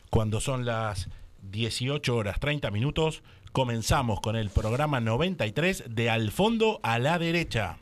Cuando son las 18 horas 30 minutos, comenzamos con el programa 93 de Al Fondo a la Derecha.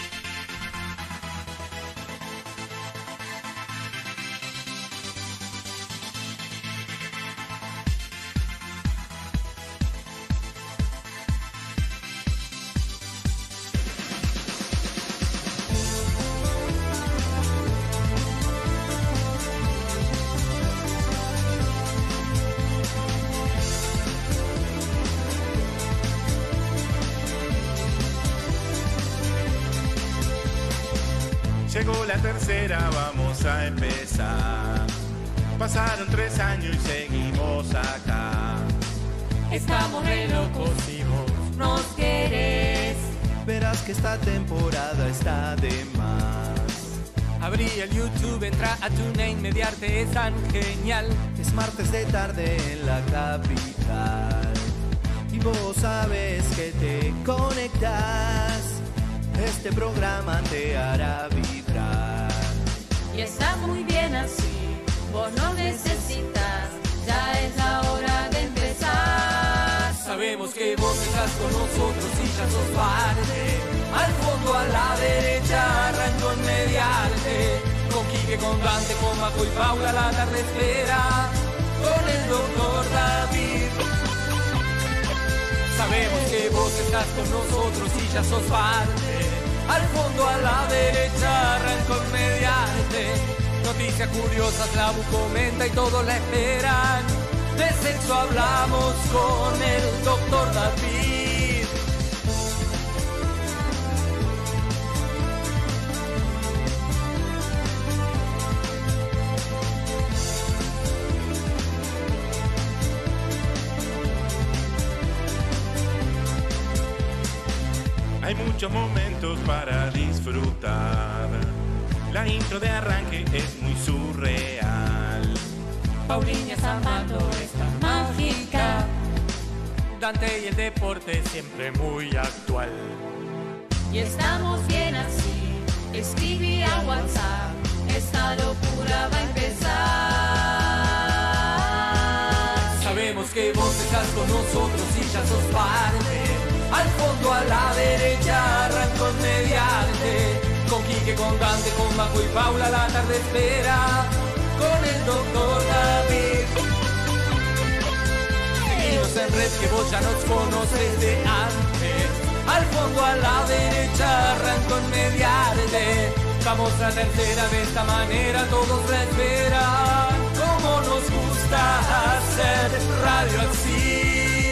Llegó la tercera, vamos a empezar. Pasaron 3 años y seguimos acá. Estamos re locos y vos nos querés. Verás que esta temporada está de más. Abrí el YouTube, entra a TuneIn, Mediarte es tan genial. Es martes de tarde en la capital y vos sabes que te conectás. Este programa te hará vibrar. Y está muy bien así, vos no necesitas, ya es la hora de empezar. Sabemos que vos estás con nosotros y ya sos parte. Al fondo a la derecha arrancó en Mediarte. Con Quique, con Dante, con Majo y Paula la tarde espera. Con el doctor David. Sabemos que vos estás con nosotros y ya sos parte. Al fondo a la derecha arrancó en Mediarte. Noticias curiosas, la Bu comenta y todos la esperan. De sexo hablamos con el doctor David. Hay muchos momentos para disfrutar. La intro de arranque es muy surreal. Paulina Zapato es tan mágica. Dante y el deporte siempre muy actual. Y estamos bien así, escribí a WhatsApp, esta locura va a empezar. Sabemos que vos estás con nosotros y ya sos parte. Al fondo a la derecha arrancó en Mediarte. Con Quique, con Dante, con Majo y Paula la tarde espera. Con el doctor David. Seguinos en red que vos ya nos conoces de antes. Al fondo a la derecha arrancó en Mediarte. Vamos a tercera, de esta manera todos la esperan. Como nos gusta hacer radio así.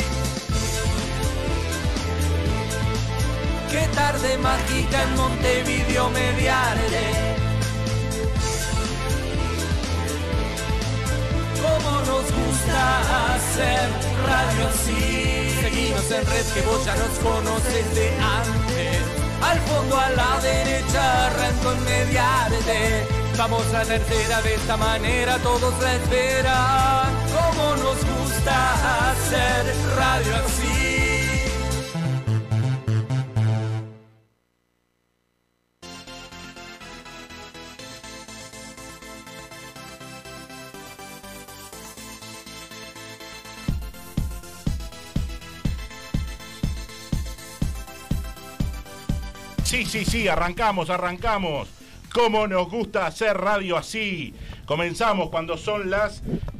Qué tarde mágica en Montevideo Mediarte. Como nos gusta hacer radio así. Seguinos en red que vos ya nos conoces de antes. Al fondo a la derecha arrancó en Mediarte. Vamos a tercera, de esta manera todos la esperan. Como nos gusta hacer radio así. Sí, arrancamos. Cómo nos gusta hacer radio así. Comenzamos cuando son las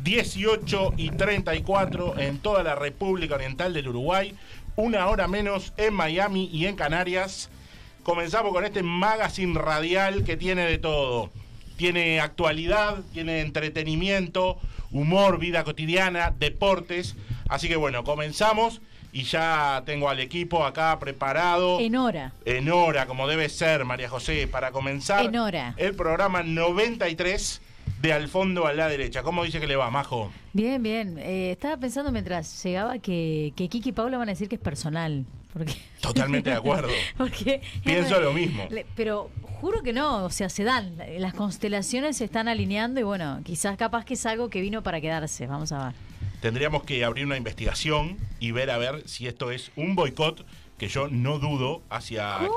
18:34 en toda la República Oriental del Uruguay, 1 hora menos en Miami y en Canarias. Comenzamos con este magazine radial que tiene de todo. Tiene actualidad, tiene entretenimiento, humor, vida cotidiana, deportes. Así que bueno, comenzamos. Y ya tengo al equipo acá preparado. En hora, como debe ser, María José, para comenzar el programa 93 de Al Fondo a la Derecha. ¿Cómo dice que le va, Majo? Bien. Estaba pensando mientras llegaba que Kiki y Paula van a decir que es personal. Porque totalmente de acuerdo. Porque pienso lo mismo. Pero juro que no, o sea, se dan. Las constelaciones se están alineando y bueno, quizás capaz que es algo que vino para quedarse. Vamos a ver. Tendríamos que abrir una investigación y ver a ver si esto es un boicot, que yo no dudo, hacia... ¿Cómo?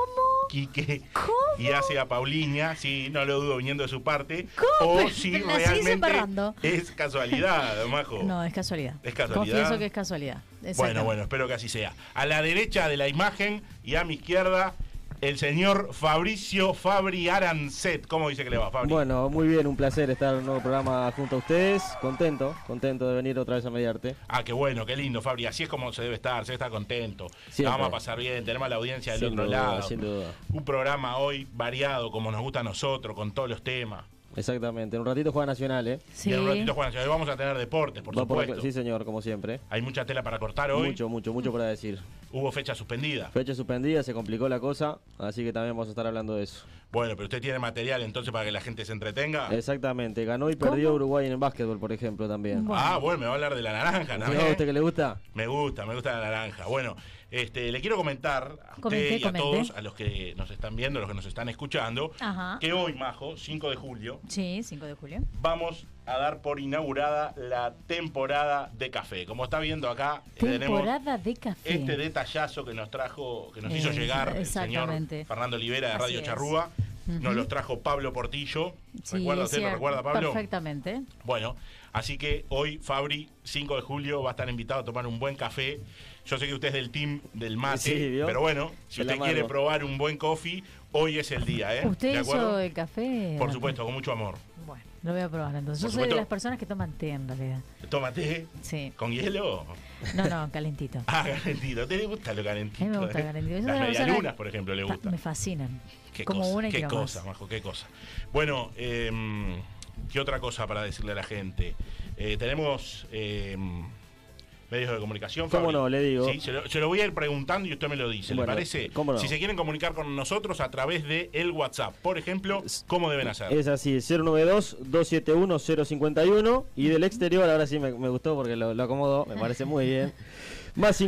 Quique ¿Cómo? y hace a Pauliña, sí, no lo dudo viniendo de su parte, ¿Cómo? o Pero si la seguís realmente embarrando. es casualidad, Majo. No, es casualidad. ¿Es casualidad? Confieso que es casualidad. Bueno, espero que así sea. A la derecha de la imagen y a mi izquierda, el señor Fabricio Fabri Arancet. ¿Cómo dice que le va, Fabri? Bueno, muy bien, un placer estar en un nuevo programa junto a ustedes. Contento de venir otra vez a Mediarte. Ah, qué bueno, qué lindo, Fabri. Así es como se debe estar contento. Siempre. La vamos a pasar bien, tenemos a la audiencia del Sin otro duda, lado. sin duda. Un programa hoy variado, como nos gusta a nosotros, con todos los temas. Exactamente, en un ratito juega Nacional, ¿eh? Sí. Y en un ratito, Juan, hoy vamos a tener deportes, por Va por supuesto. sí, señor, como siempre. Hay mucha tela para cortar hoy. Mucho para decir. Hubo fecha suspendida. Fecha suspendida, se complicó la cosa, así que también vamos a estar hablando de eso. Bueno, pero usted tiene material entonces para que la gente se entretenga. Exactamente, ganó y perdió ¿Cómo? Uruguay en el básquetbol, por ejemplo, también. Bueno. Ah, bueno, me va a hablar de la naranja, ¿no? ¿A usted que le gusta? Me gusta la naranja. Bueno, le quiero comentar a usted Comente, y a comente. todos, a los que nos están viendo, a los que nos están escuchando, Ajá. que hoy, Majo, 5 de julio, Sí, 5 de julio. vamos a dar por inaugurada la temporada de café. Como está viendo acá, tenemos Temporada de café. este detallazo que nos hizo llegar el señor exactamente. Fernando Olivera de Así Radio es. Charrúa. Ujú. Nos los trajo Pablo Portillo. Sí, ¿Recuerda es usted? ¿Lo cierto. recuerda, Pablo? Perfectamente. Bueno, así que hoy Fabri, 5 de julio, va a estar invitado a tomar un buen café. Yo sé que usted es del team del mate, Sí, ¿vio? pero bueno, si El usted amargo. quiere probar un buen coffee, hoy es el día, ¿eh? ¿Usted ¿De acuerdo? hizo el café? Por supuesto, con mucho amor. Bueno, lo voy a probar entonces. Por Yo soy de supuesto. las personas que toman té en realidad. Tómate Sí. con hielo. No, calentito. Ah, calentito. ¿Te le gusta lo calentito? A mí me gusta eh? el calentito. Yo soy Las una persona medialunas, que- por ejemplo, le gustan. Me fascinan. Qué Como cosa, una y qué quiero cosa, más. Majo, qué cosa. Bueno, ¿qué otra cosa para decirle a la gente? Tenemos medios de comunicación. ¿Cómo Fabri. no? Le digo. Sí, se lo voy a ir preguntando y usted me lo dice. Bueno, ¿Le parece? ¿cómo no? Si se quieren comunicar con nosotros a través de el WhatsApp, por ejemplo, ¿cómo deben hacer? Es así, 092-271-051 y del exterior, ahora sí me gustó porque lo acomodó, me parece muy bien. Más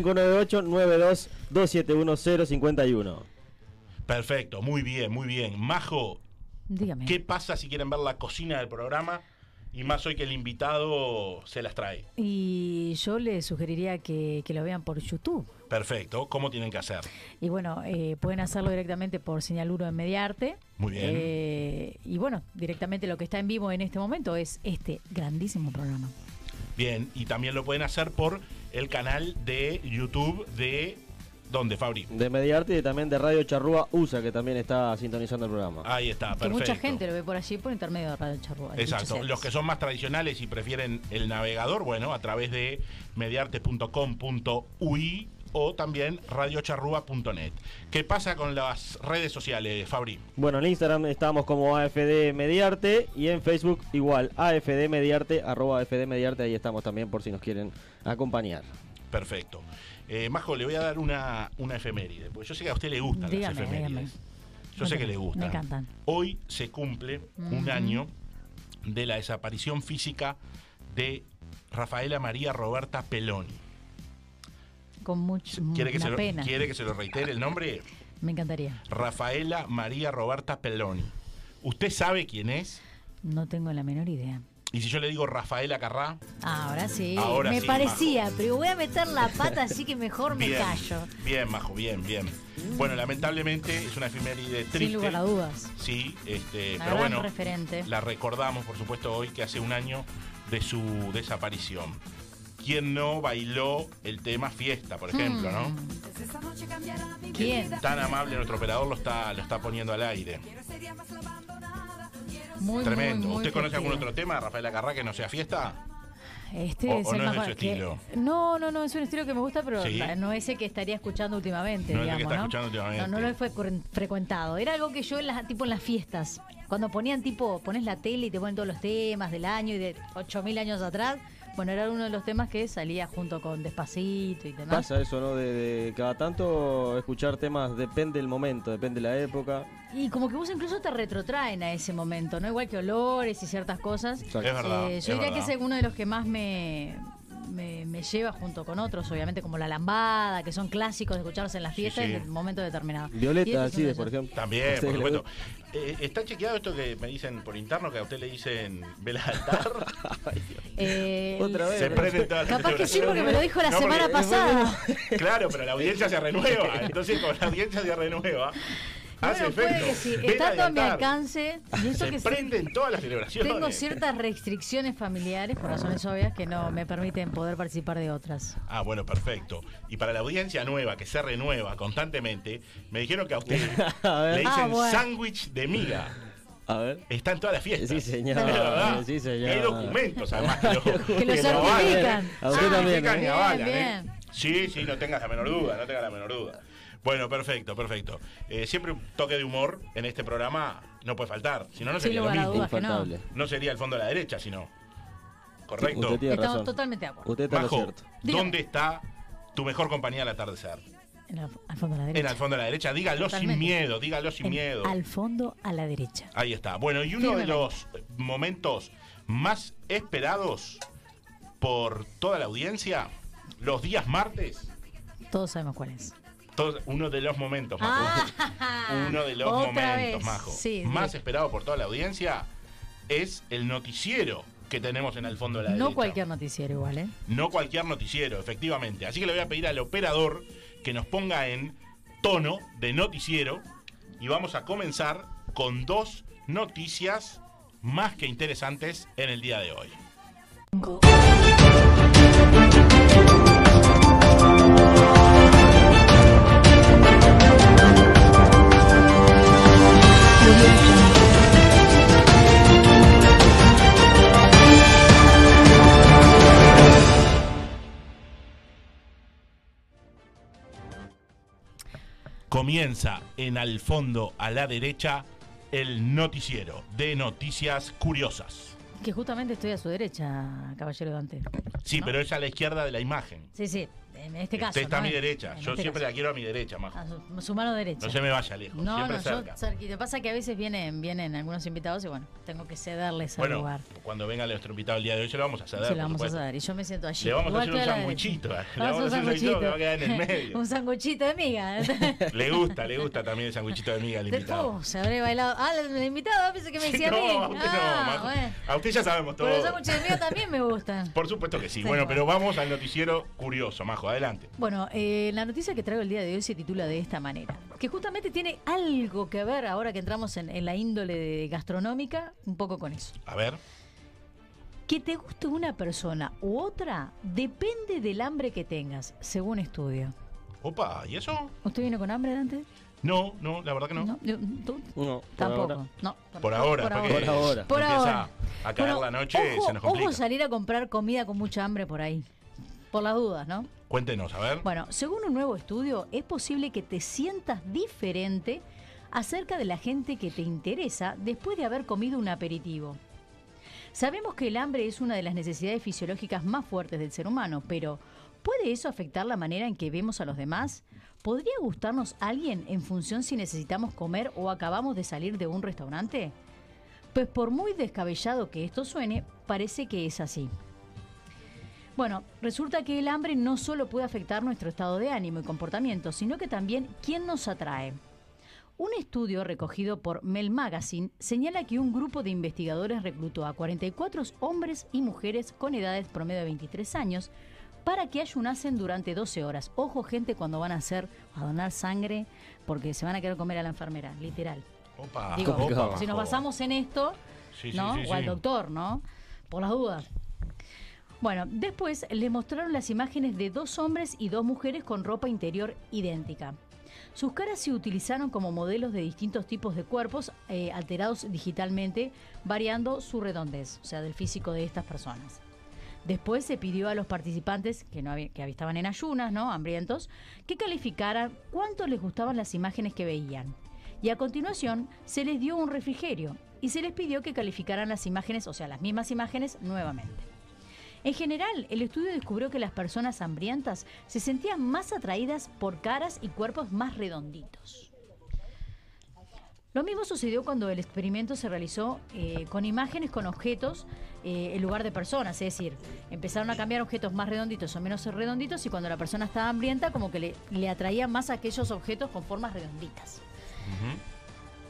598-92-271-051. Perfecto, muy bien, muy bien. Majo, Dígame. ¿qué pasa si quieren ver la cocina del programa? Y más hoy que el invitado se las trae. Y yo le sugeriría que lo vean por YouTube. Perfecto, ¿cómo tienen que hacer? Y bueno, pueden hacerlo directamente por Señal 1 en Mediarte. Muy bien. Y bueno, directamente lo que está en vivo en este momento es este grandísimo programa. Bien, y también lo pueden hacer por el canal de YouTube de... ¿Dónde, Fabri? De Mediarte y también de Radio Charrúa USA, que también está sintonizando el programa. Ahí está, Que perfecto. mucha gente lo ve por allí por intermedio de Radio Charrúa. Exacto, dicho sea. los que son más tradicionales y prefieren el navegador, bueno, a través de mediarte.com.ui o también radiocharrúa.net. ¿Qué pasa con las redes sociales, Fabri? Bueno, en Instagram estamos como AFD Mediarte y en Facebook igual, AFD Mediarte, @AFD Mediarte, ahí estamos también por si nos quieren acompañar. Perfecto. Majo, le voy a dar una efeméride, porque yo sé que a usted le gustan Dígame, las efemérides. dígame. Yo sé que le gustan. Me encantan. Hoy se cumple un año de la desaparición física de Rafaela María Roberta Peloni. Con mucha ¿Quiere que pena. se lo reitere el nombre? Me encantaría. Rafaela María Roberta Peloni. ¿Usted sabe quién es? No tengo la menor idea. Y si yo le digo Rafaela Carrá, Ahora sí. Ahora me sí, parecía, pero voy a meter la pata así que mejor me bien, callo. bien, Majo, bien, bien. Bueno, lamentablemente es una efeméride triste. Sin lugar a dudas. Sí, Una pero gran bueno, referente. la recordamos, por supuesto, hoy que hace un año de su desaparición. ¿Quién no bailó el tema Fiesta, por ejemplo, no? ¿Quién? Tan amable nuestro operador lo está poniendo al aire. Muy, Tremendo. muy, muy ¿Usted conoce algún festivo. otro tema, Rafaela Carrá, que no sea Fiesta? Este O es no el es más de su que- estilo. No, es un estilo que me gusta, pero Sí. no ese que estaría escuchando últimamente, No es el que digamos, está ¿no? escuchando últimamente. No lo he frecuentado. Era algo que yo tipo en las fiestas, cuando ponían pones la tele y te ponen todos los temas del año y de 8000 años atrás. Bueno, era uno de los temas que salía junto con Despacito y demás. Pasa eso, ¿no? De cada tanto escuchar temas, depende del momento, depende de la época. Y como que vos incluso te retrotraen a ese momento, ¿no? Igual que olores y ciertas cosas. Exacto. Es verdad. Yo diría que es uno de los que más me lleva junto con otros, obviamente, como La Lambada, que son clásicos de escucharse en las Sí, fiestas sí. en un momento determinado. Y este Violeta, es uno de Alcides, esos. por ejemplo. También, ¿A por usted le supuesto. gusta? ¿Está chequeado esto que me dicen por interno, que a usted le dicen vela de altar? Otra vez. Se prenden todas las Capaz que sí, celebraciones. porque me lo dijo la No, semana porque- pasada. Claro, pero la audiencia se renueva. Entonces, como la audiencia se renueva, Hace Bueno, puede efecto. que sí. Vela Está de todo a mi altar. alcance. Y eso Se que prenden todas las celebraciones. tengo ciertas restricciones familiares, por razones obvias, que no me permiten poder participar de otras. Ah, bueno, perfecto. Y para la audiencia nueva, que se renueva constantemente, me dijeron que a usted A ver. le dicen bueno. sándwich de miga. A ver. Está en todas las fiestas. Sí, señor. Es verdad. Sí, señor. Hay documentos, además, que lo Que lo avalan. certifican. A usted también, Certifican y Bien, avalan, bien. Sí, no tengas la menor duda, no tengas la menor duda. Bueno, perfecto. Siempre un toque de humor en este programa no puede faltar, si no, no Sin sería lo lugar a mismo. dudas que no. Infaltable. No sería el fondo de la derecha, sino. Correcto. Usted tiene Estamos razón. totalmente de acuerdo. Usted está en lo Majo, cierto. Dígame. ¿dónde está tu mejor compañía al atardecer? Al fondo a la derecha. En al fondo de la derecha. Dígalo Totalmente. sin miedo, dígalo sin En- miedo. Al fondo a la derecha. Ahí está. Bueno, y uno de los momentos más esperados por toda la audiencia, los días martes, Todos sabemos cuál es. uno de los momentos, Majo. Uno de los Otra momentos, vez. Majo. Sí, más sí. esperado por toda la audiencia es el noticiero que tenemos en al fondo de la derecha. No cualquier noticiero igual, ¿eh? No cualquier noticiero, efectivamente. Así que le voy a pedir al operador que nos ponga en tono de noticiero y vamos a comenzar con 2 noticias más que interesantes en el día de hoy. Comienza en al fondo a la derecha el noticiero de noticias curiosas. Que justamente estoy a su derecha, caballero Dante. Sí, ¿No? pero es a la izquierda de la imagen. Sí, sí, en este caso. Usted está a ¿no? mi derecha. En Yo este siempre caso. la quiero a mi derecha, Majo. A su mano derecha. No se me vaya lejos, No, siempre no, cerca. yo cerquita. Pasa que a veces vienen algunos invitados y bueno, tengo que cederles al Bueno, lugar. cuando venga nuestro invitado el día de hoy se lo vamos a ceder. Se lo por vamos a supuesto. ceder. Y yo me siento allí. Le vamos a igual hacer que un la derecha. sanguichito. Le Vamos a vamos a hacer un sanguichito que va a quedar en el medio. Un sanguchito de miga. Le gusta también el sanguichito de miga al invitado. Se habré bailado. Ah, el invitado pensé que me decía no, a mí. a usted no, Majo. Bueno. A usted ya sabemos todo. Pero los sándwiches de miga también me gustan. Por supuesto que sí. Sí, Bueno, bueno. pero vamos al noticiero curioso, Majo. Adelante. Bueno, la noticia que traigo el día de hoy se titula de esta manera, que justamente tiene algo que ver, ahora que entramos en la índole gastronómica, un poco con eso. A ver. Que te guste una persona u otra depende del hambre que tengas, según estudio. Opa, ¿y eso? ¿Usted viene con hambre, Dante? No, la verdad que no. ¿Tú? No, Tampoco. ahora. No. Por ahora, Por porque ahora. Por empieza ahora. a caer Bueno, la noche, ojo, se nos complica. ojo salir a comprar comida con mucha hambre por ahí. Por las dudas, ¿no? Cuéntenos, a ver. Bueno, según un nuevo estudio, es posible que te sientas diferente acerca de la gente que te interesa después de haber comido un aperitivo. Sabemos que el hambre es una de las necesidades fisiológicas más fuertes del ser humano, pero ¿puede eso afectar la manera en que vemos a los demás? ¿Podría gustarnos alguien en función si necesitamos comer o acabamos de salir de un restaurante? Pues por muy descabellado que esto suene, parece que es así. Bueno, resulta que el hambre no solo puede afectar nuestro estado de ánimo y comportamiento, sino que también quién nos atrae. Un estudio recogido por Mel Magazine señala que un grupo de investigadores reclutó a 44 hombres y mujeres con edades promedio de 23 años para que ayunasen durante 12 horas. Ojo, gente, cuando van a donar sangre, porque se van a querer comer a la enfermera, literal. Opa, Digo, opa, si nos Majo. basamos en esto, Sí, ¿no? sí, sí, O al sí. doctor, ¿no? Por las dudas. Bueno, después les mostraron las imágenes de 2 hombres y 2 mujeres con ropa interior idéntica. Sus caras se utilizaron como modelos de distintos tipos de cuerpos alterados digitalmente, variando su redondez, o sea, del físico de estas personas. Después se pidió a los participantes, que estaban en ayunas, ¿no? Hambrientos, que calificaran cuánto les gustaban las imágenes que veían. Y a continuación se les dio un refrigerio y se les pidió que calificaran las imágenes, o sea, las mismas imágenes, nuevamente. En general, el estudio descubrió que las personas hambrientas se sentían más atraídas por caras y cuerpos más redonditos. Lo mismo sucedió cuando el experimento se realizó con imágenes con objetos en lugar de personas, es decir, empezaron a cambiar objetos más redonditos o menos redonditos y cuando la persona estaba hambrienta como que le atraía más aquellos objetos con formas redonditas. Bueno,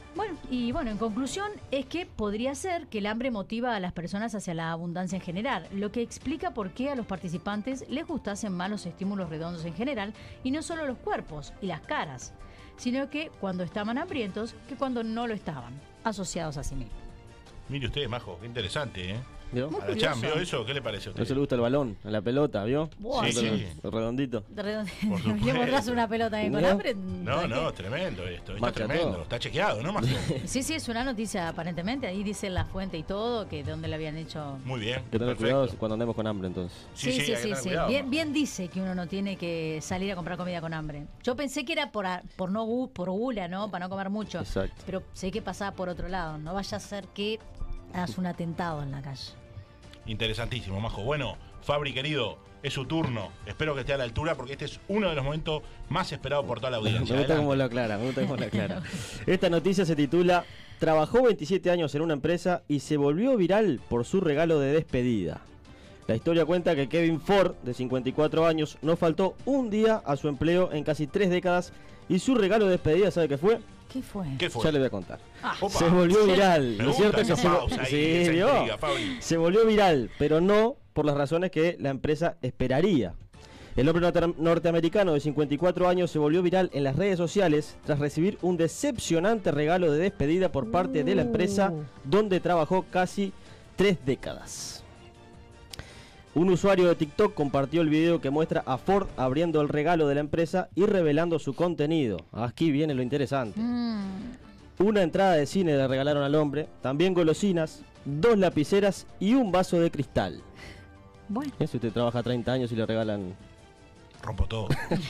Y bueno, en conclusión, es que podría ser que el hambre motiva a las personas hacia la abundancia en general, lo que explica por qué a los participantes les gustasen más los estímulos redondos en general, y no solo los cuerpos y las caras, sino que cuando estaban hambrientos que cuando no lo estaban, asociados a sí mismos. Mire usted, Majo, qué interesante, ¿eh? ¿Vio? Muy A la Chan, curioso. ¿vio eso? ¿Qué le parece a usted? No se le gusta el balón, la pelota, ¿vio? Buah, Sí, sí. El redondito. Por supuesto. ¿Le borrás una pelota ahí con ¿No? hambre? No, tremendo esto. Está Marcha tremendo. todo. Está chequeado, ¿no, Majo? Sí, es una noticia aparentemente. Ahí dice la fuente y todo, que de dónde le habían hecho. Muy bien. Que tener Perfecto. cuidado cuando andemos con hambre, entonces. Sí. hay que tener cuidado, Bien, Majo. bien dice que uno no tiene que salir a comprar comida con hambre. Yo pensé que era por gula, ¿no? Para no comer mucho. Exacto. Pero sé que pasaba por otro lado. No vaya a ser que hagas un atentado en la calle. Interesantísimo, Majo. Bueno, Fabri, querido, es su turno. Espero que esté a la altura porque este es uno de los momentos más esperados por toda la Me audiencia. gusta cómo Adelante. lo aclara, me gusta cómo lo aclara. Esta noticia se titula: trabajó 27 años en una empresa y se volvió viral por su regalo de despedida. La historia cuenta que Kevin Ford, de 54 años, no faltó un día a su empleo en casi 3 décadas y su regalo de despedida, ¿sabe qué fue? ¿Qué fue? ¿Qué fue? Ya le voy a contar. Opa. Se volvió viral, Me ¿no es gusta cierto? esa Se pausa ahí, sí, esa ¿vio? intriga, Fabri. Se volvió viral, pero no por las razones que la empresa esperaría. El hombre norteamericano de 54 años se volvió viral en las redes sociales tras recibir un decepcionante regalo de despedida por parte de la empresa donde trabajó casi 3 décadas. Un usuario de TikTok compartió el video que muestra a Ford abriendo el regalo de la empresa y revelando su contenido. Aquí viene lo interesante. Una entrada de cine le regalaron al hombre, también golosinas, 2 lapiceras y un vaso de cristal. Bueno, Si usted trabaja 30 años y le regalan... Rompo todo.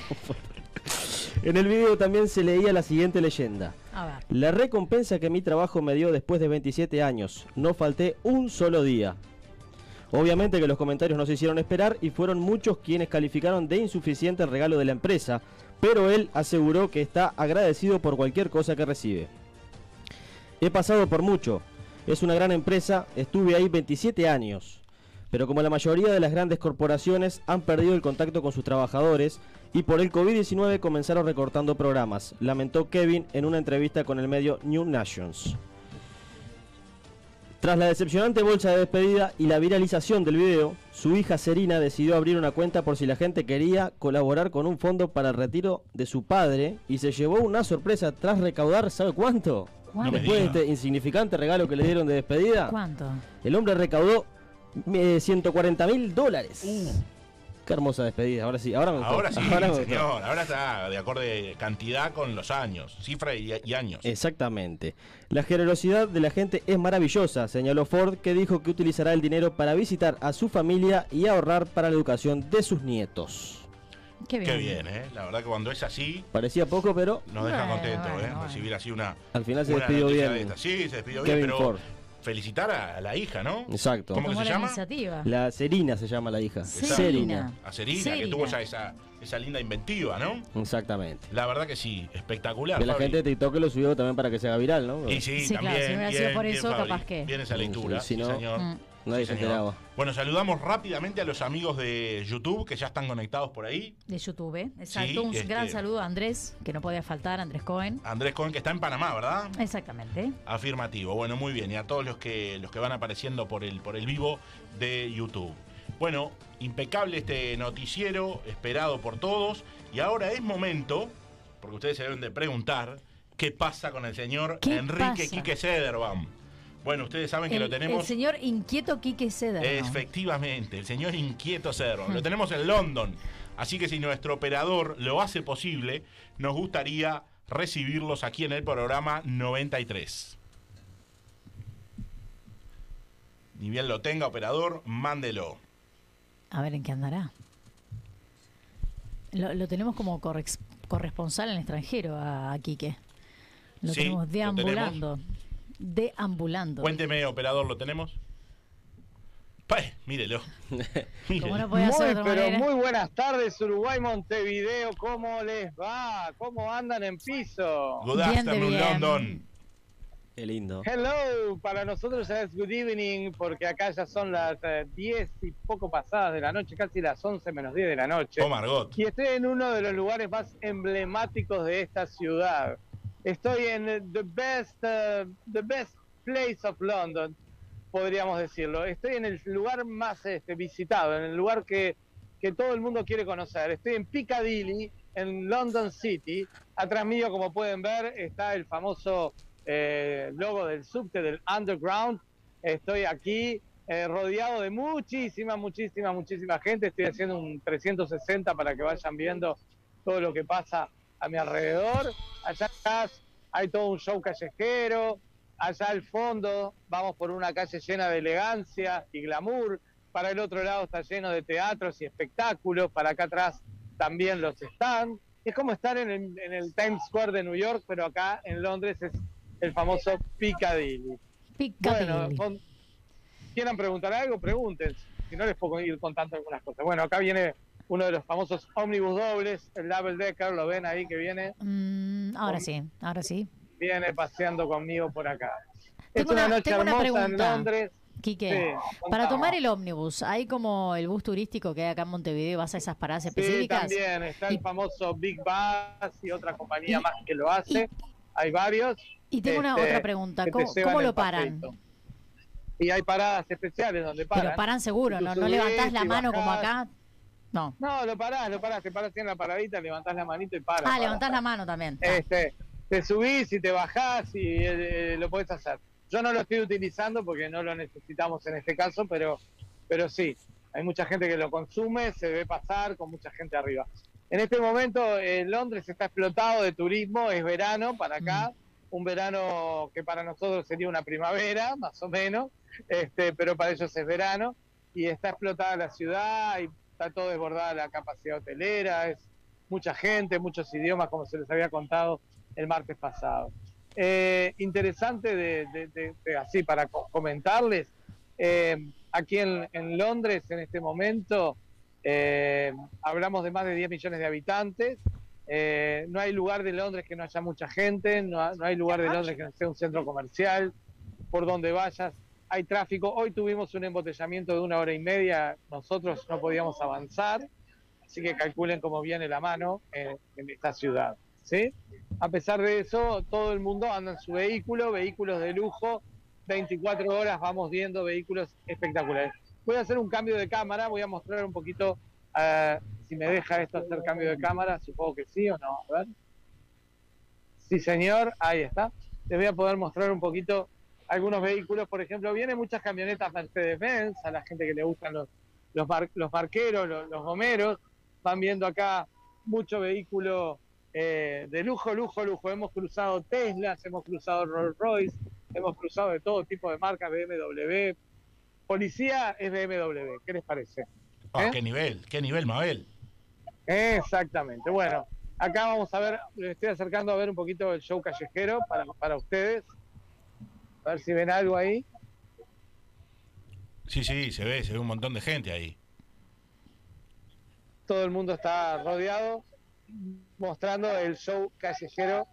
En el video también se leía la siguiente leyenda: a ver. la recompensa que mi trabajo me dio después de 27 años, no falté un solo día. Obviamente que los comentarios no se hicieron esperar y fueron muchos quienes calificaron de insuficiente el regalo de la empresa, pero él aseguró que está agradecido por cualquier cosa que recibe. He pasado por mucho, es una gran empresa, estuve ahí 27 años, pero como la mayoría de las grandes corporaciones han perdido el contacto con sus trabajadores y por el COVID-19 comenzaron recortando programas, lamentó Kevin en una entrevista con el medio New Nations. Tras la decepcionante bolsa de despedida y la viralización del video, su hija Serena decidió abrir una cuenta por si la gente quería colaborar con un fondo para el retiro de su padre y se llevó una sorpresa tras recaudar, ¿sabe cuánto? ¿Cuánto? Después de este insignificante regalo que le dieron de despedida, ¿Cuánto? el hombre recaudó $140.000. Qué hermosa despedida, ahora sí, ahora me gustó. Ahora sí, Ahora me gustó. señor. Ahora está de acorde cantidad con los años, cifra y años. Exactamente. La generosidad de la gente es maravillosa, señaló Ford, que dijo que utilizará el dinero para visitar a su familia y ahorrar para la educación de sus nietos. Qué bien. Qué bien, ¿eh? La verdad que cuando es así, Parecía poco, pero nos deja Bueno, contentos, bueno. Recibir así una. al final se una despidió noticia bien. de esta. Sí, se despidió Kevin bien, pero Ford. felicitar a la hija, ¿no? Exacto. ¿Cómo que Tomó se la llama? iniciativa. La Serina se llama la hija. Serina. A Serina, que Serina. tuvo esa linda inventiva, ¿no? Exactamente. La verdad que sí, espectacular. Que la Fabri. gente de TikTok lo subió también para que se haga viral, ¿no? Y sí, Sí, claro, también. si no hubiera bien, sido por bien, eso, Fabri. capaz que- Bien esa lectura, Si sí, no, señor. nadie se señor. enteraba. Bueno, saludamos rápidamente a los amigos de YouTube que ya están conectados por ahí. De YouTube, exacto. Sí, Un gran saludo a Andrés, que no podía faltar, Andrés Cohen. Andrés Cohen, que está en Panamá, ¿verdad? Exactamente. Afirmativo. Bueno, muy bien. Y a todos los que van apareciendo por el vivo de YouTube. Bueno, impecable este noticiero, esperado por todos. Y ahora es momento, porque ustedes se deben de preguntar, ¿qué pasa con el señor ¿Qué Enrique pasa? Quique Sederbaum? Bueno, ustedes saben que lo El tenemos... señor inquieto Quique Ceder. Efectivamente, el señor inquieto Sederbaum. Lo tenemos en London. Así que si nuestro operador lo hace posible, nos gustaría recibirlos aquí en el programa 93. Ni bien lo tenga, operador, mándelo. A ver en qué andará. Lo tenemos como corresponsal en el extranjero a Quique. Lo Sí, tenemos lo deambulando. Deambulando. Cuénteme, operador, ¿lo tenemos? Mírelo. Como Mírelo. no podía ser de otra manera. Muy buenas tardes, Uruguay, Montevideo. ¿Cómo les va? ¿Cómo andan en piso? Good Bien de afternoon, bien. London. Qué lindo. Hello, para nosotros es good evening, porque acá ya son las 10 y poco pasadas de la noche, casi las 11 menos 10 de la noche. Oh, Margot. Y estoy en uno de los lugares más emblemáticos de esta ciudad. Estoy en the best place of London, podríamos decirlo. Estoy en el lugar más visitado, en el lugar que todo el mundo quiere conocer. Estoy en Piccadilly, en London City. Atrás mío, como pueden ver, está el famoso logo del subte, del Underground. Estoy aquí rodeado de muchísima gente. Estoy haciendo un 360 para que vayan viendo todo lo que pasa a mi alrededor. Allá atrás hay todo un show callejero. Allá al fondo vamos por una calle llena de elegancia y glamour. Para el otro lado está lleno de teatros y espectáculos. Para acá atrás también los están. Es como estar en el Times Square de New York, pero acá en Londres es el famoso Piccadilly. Bueno, quieran preguntar algo, pregunten. Si no, les puedo ir contando algunas cosas. Bueno, acá viene uno de los famosos ómnibus dobles, el Double Decker, ¿lo ven ahí que viene? Ahora sí. Viene paseando conmigo por acá. Tengo es una una noche hermosa pregunta, en Londres. Quique, para tomar el ómnibus, ¿hay como el bus turístico que hay acá en Montevideo? ¿Vas a esas paradas específicas? Sí, también. Está el famoso Big Bus y otra compañía más que lo hace. Hay varios. Y tengo otra pregunta. ¿Cómo lo paran? Y hay paradas especiales donde paran. Pero paran seguro, ¿no? ¿No levantás la mano como acá? No. No, lo parás, te parás en la paradita, levantás la manito y paras. Levantás la mano también. Te subís y te bajás y lo podés hacer. Yo no lo estoy utilizando porque no lo necesitamos en este caso, pero sí, hay mucha gente que lo consume, se ve pasar con mucha gente arriba. En este momento Londres está explotado de turismo, es verano para acá, un verano que para nosotros sería una primavera, más o menos, pero para ellos es verano, y está explotada la ciudad, y está todo desbordada la capacidad hotelera, es mucha gente, muchos idiomas, como se les había contado el martes pasado. Interesante así para comentarles, aquí en Londres en este momento hablamos de más de 10 millones de habitantes. No hay lugar de Londres que no haya mucha gente, no hay lugar de Londres que no sea un centro comercial. Por donde vayas hay tráfico. Hoy tuvimos un embotellamiento de 1 hora y media, nosotros no podíamos avanzar, así que calculen cómo viene la mano en esta ciudad, ¿sí? A pesar de eso, todo el mundo anda en su vehículos de lujo, 24 horas vamos viendo vehículos espectaculares. Voy a hacer un cambio de cámara, voy a mostrar un poquito, si me deja esto hacer cambio de cámara, supongo que sí o no, a ver. Sí, señor, ahí está. Les voy a poder mostrar un poquito algunos vehículos, por ejemplo, vienen muchas camionetas Mercedes-Benz, a la gente que le gustan los barqueros, los gomeros, van viendo acá mucho vehículo de lujo. Hemos cruzado Teslas, hemos cruzado Rolls Royce, hemos cruzado de todo tipo de marcas, BMW. Policía es BMW, ¿qué les parece? Qué nivel, Mabel. Exactamente. Bueno, acá vamos a ver, les estoy acercando a ver un poquito el show callejero para ustedes. A ver si ven algo ahí. Sí, se ve un montón de gente ahí. Todo el mundo está rodeado, mostrando el show callejero.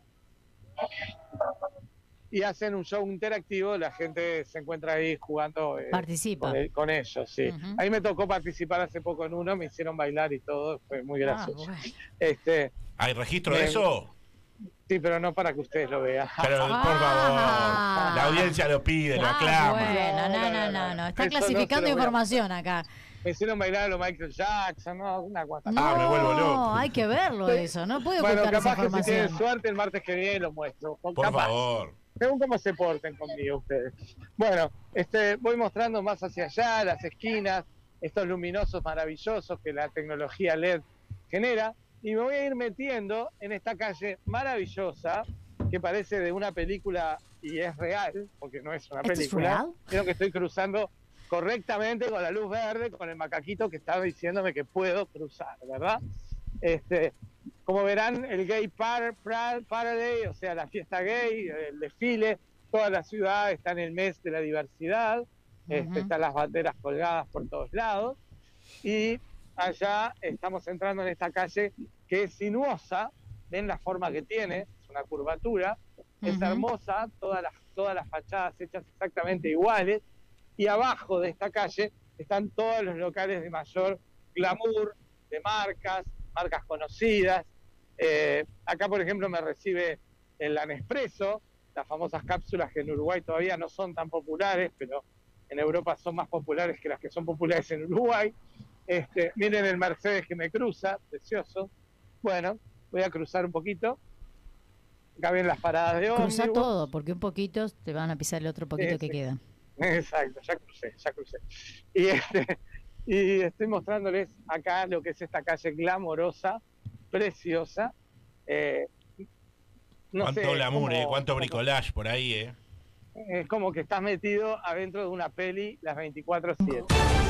Y hacen un show interactivo, la gente se encuentra ahí jugando. Participa. Con ellos, sí. Ahí me tocó participar hace poco en uno, me hicieron bailar y todo, fue muy gracioso. Bueno. ¿Hay registro de eso? Sí, pero no para que ustedes lo vean. Pero, por favor, la audiencia lo pide, lo aclama. Bueno, no. Está clasificando información acá. Me hicieron bailar a lo Michael Jackson, ¿no? Una cosa. No, me vuelvo loco. No, hay que verlo eso, no puede ocultar esa información. Capaz que si tienen suerte el martes que viene lo muestro. Por favor. Según cómo se porten conmigo ustedes. Bueno, voy mostrando más hacia allá, las esquinas, estos luminosos maravillosos que la tecnología LED genera. Y me voy a ir metiendo en esta calle maravillosa que parece de una película y es real, porque no es una película. ¿Es real? Creo que estoy cruzando correctamente con la luz verde, con el macaquito que estaba diciéndome que puedo cruzar, ¿verdad? Como verán, el Gay Parade, o sea, la fiesta gay, el desfile, toda la ciudad está en el mes de la diversidad, están las banderas colgadas por todos lados, y allá estamos entrando en esta calle que es sinuosa, ven la forma que tiene, es una curvatura, es hermosa, todas las fachadas hechas exactamente iguales, y abajo de esta calle están todos los locales de mayor glamour, de marcas conocidas. Acá, por ejemplo, me recibe la Nespresso, las famosas cápsulas que en Uruguay todavía no son tan populares, pero en Europa son más populares que las que son populares en Uruguay. Miren el Mercedes que me cruza, precioso. Bueno, voy a cruzar un poquito. Acá vienen las paradas de ómnibus. Cruza todo, porque un poquito te van a pisar el otro poquito que queda. Exacto, ya crucé. Y estoy mostrándoles acá lo que es esta calle glamorosa, preciosa. No cuánto sé, glamour, cuánto bricolage por ahí, Es como que estás metido adentro de una peli las 24/7.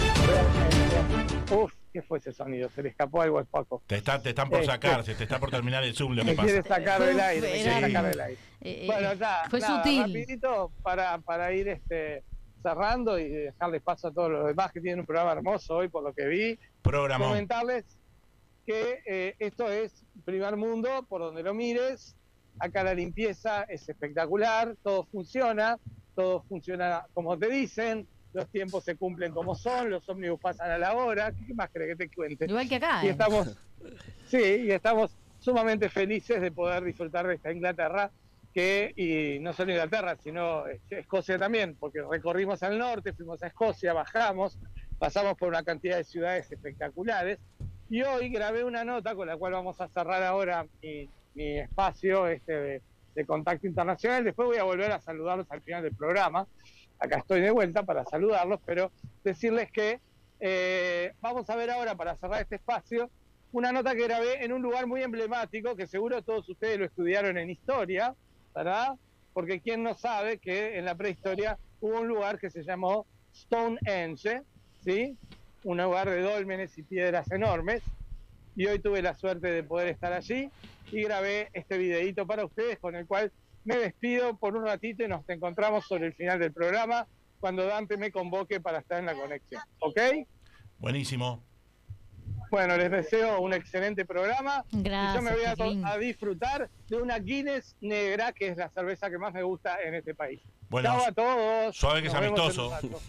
Uf, ¿qué fue ese sonido? Se le escapó algo al Paco. Te están por sacar, se te está por terminar el Zoom, lo que Me quiere pasa. sacar del aire, Sí. Bueno, ya, Fue sutil. rapidito para ir cerrando y dejarles paso a todos los demás que tienen un programa hermoso hoy, por lo que vi. Programón. Comentarles que esto es primer mundo, por donde lo mires. Acá la limpieza es espectacular, todo funciona como te dicen, los tiempos se cumplen como son, los ómnibus pasan a la hora. ¿Qué más crees que te cuente? Igual que acá. Y estamos sumamente felices de poder disfrutar de esta Inglaterra, y no solo Inglaterra, sino Escocia también, porque recorrimos al norte, fuimos a Escocia, bajamos, pasamos por una cantidad de ciudades espectaculares, y hoy grabé una nota con la cual vamos a cerrar ahora mi espacio de contacto internacional. Después voy a volver a saludarlos al final del programa. Acá estoy de vuelta para saludarlos, pero decirles que vamos a ver ahora, para cerrar este espacio, una nota que grabé en un lugar muy emblemático, que seguro todos ustedes lo estudiaron en historia, ¿verdad? Porque quién no sabe que en la prehistoria hubo un lugar que se llamó Stonehenge, ¿sí? Un lugar de dólmenes y piedras enormes, y hoy tuve la suerte de poder estar allí y grabé este videíto para ustedes, con el cual me despido por un ratito y nos encontramos sobre el final del programa, cuando Dante me convoque para estar en la conexión, ¿ok? Buenísimo. Bueno, les deseo un excelente programa. Gracias, y yo me voy Chiquilín. a disfrutar de una Guinness negra, que es la cerveza que más me gusta en este país. Bueno, Chao a todos. suave que es Nos vemos en un amistoso. rato.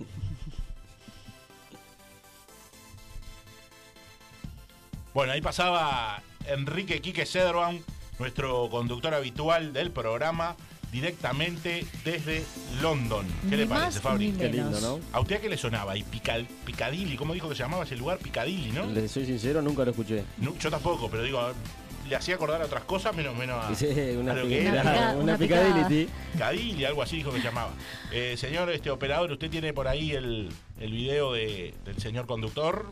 Bueno, ahí pasaba Enrique Quique Cederbaum, nuestro conductor habitual del programa, directamente desde London. ¿Qué le Ni parece, más Fabri? ni Qué lindo, menos. ¿no? ¿A usted qué le sonaba? Y Piccadilly, ¿cómo dijo que se llamaba ese lugar? Piccadilly, ¿no? Les soy sincero, nunca lo escuché. No, yo tampoco, pero digo, le hacía acordar a otras cosas, menos a, Sí, una a lo que era. picada. una Una picadility. Piccadilly, algo así dijo que se llamaba. Señor operador, ¿usted tiene por ahí el video del señor conductor?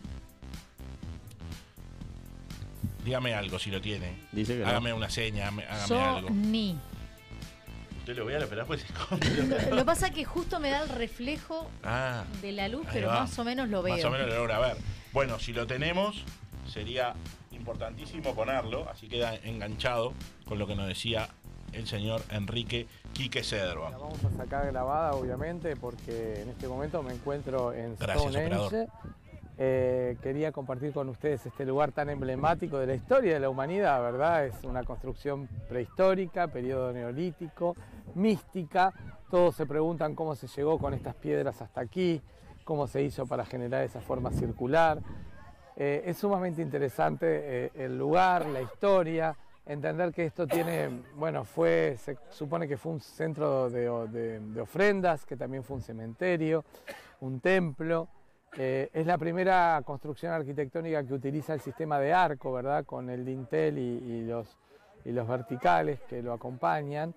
Dígame algo si lo tiene. Dice que no. Hágame una seña, hágame algo. Sony. Usted lo ve a operar, pues se Lo que pasa es que justo me da el reflejo Ah, de la luz, ahí pero va. más o menos lo veo. Más o menos lo logra ver. Bueno, si lo tenemos, sería importantísimo ponerlo, así queda enganchado con lo que nos decía el señor Enrique Quique Cederbaum. La vamos a sacar grabada, obviamente, porque en este momento me encuentro en Gracias, Stonehenge. Quería compartir con ustedes este lugar tan emblemático de la historia de la humanidad, ¿verdad? Es una construcción prehistórica, periodo neolítico, mística. Todos se preguntan cómo se llegó con estas piedras hasta aquí, cómo se hizo para generar esa forma circular. Es sumamente interesante el lugar, la historia, entender que esto tiene, bueno, se supone que fue un centro de ofrendas, que también fue un cementerio, un templo. Es la primera construcción arquitectónica que utiliza el sistema de arco, ¿verdad? Con el dintel y los verticales que lo acompañan,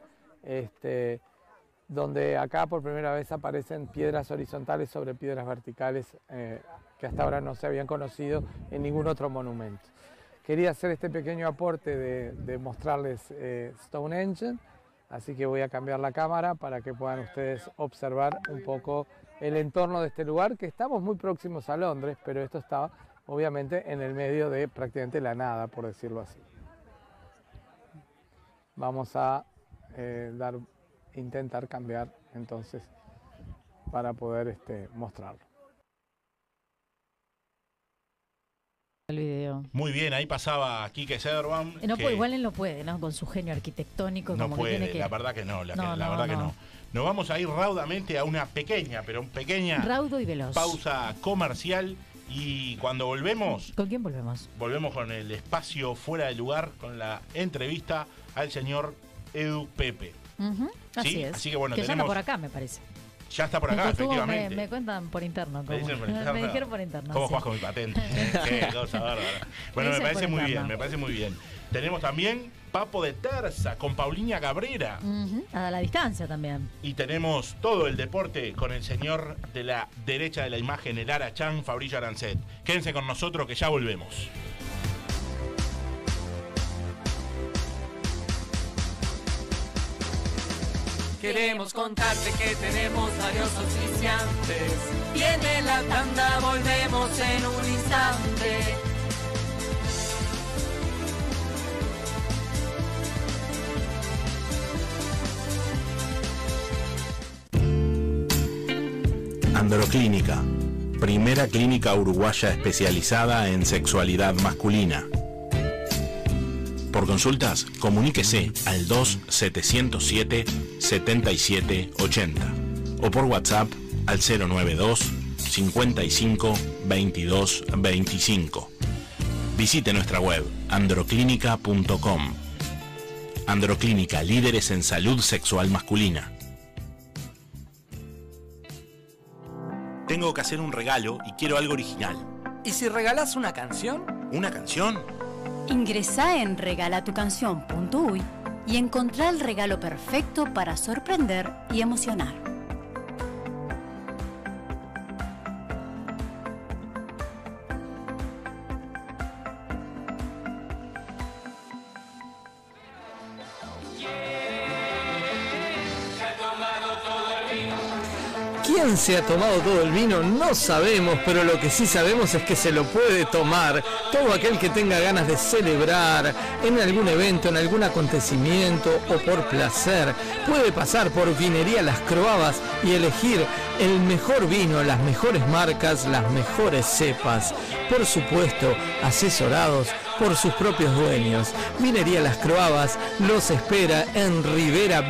donde acá por primera vez aparecen piedras horizontales sobre piedras verticales que hasta ahora no se habían conocido en ningún otro monumento. Quería hacer este pequeño aporte de mostrarles Stonehenge, así que voy a cambiar la cámara para que puedan ustedes observar un poco el entorno de este lugar, que estamos muy próximos a Londres, pero esto está obviamente en el medio de prácticamente la nada, por decirlo así. Vamos a intentar cambiar entonces para poder mostrarlo. El video. Muy bien, ahí pasaba Quique Cederbaum. No que puede, igual él no puede, ¿no? Con su genio arquitectónico. no como puede, que tiene que... la verdad que no, la No, verdad que no. no. Nos vamos a ir raudamente a una pequeña Raudo y veloz. pausa comercial, y cuando volvemos, ¿Con quién volvemos? volvemos con el espacio fuera de lugar, con la entrevista al señor @edupepe. Así ¿Sí? es. Así que bueno, que ya tenemos... anda por acá, me parece. Ya está por acá, efectivamente. Me cuentan por interno. Me dicen por interno. Me dijeron por interno. ¿Cómo sí. juegas con mi patente? Qué cosa bárbara. Bueno, me parece muy bien, me parece muy bien. Tenemos también Papo de Terza con Paulinha Cabrera. A la distancia también. Y tenemos todo el deporte con el señor de la derecha de la imagen, el Arachán, Fabrizio Arancet. Quédense con nosotros que ya volvemos. Queremos contarte que tenemos varios auspiciantes. Viene la tanda, volvemos en un instante. Androclínica, primera clínica uruguaya especializada en sexualidad masculina. Por consultas, comuníquese al 2707-7780 o por WhatsApp al 092 55 22 25. Visite nuestra web androclínica.com. Androclínica, líderes en salud sexual masculina. Tengo que hacer un regalo y quiero algo original. ¿Y si regalás una canción? ¿Una canción? Ingresá en regalatucanción.uy y encontrá el regalo perfecto para sorprender y emocionar. ¿Quién se ha tomado todo el vino? No sabemos, pero lo que sí sabemos es que se lo puede tomar todo aquel que tenga ganas de celebrar en algún evento, en algún acontecimiento o por placer. Puede pasar por Vinería Las Croabas y elegir el mejor vino, las mejores marcas, las mejores cepas. Por supuesto, asesorados por sus propios dueños. Vinería Las Croabas los espera en Rivera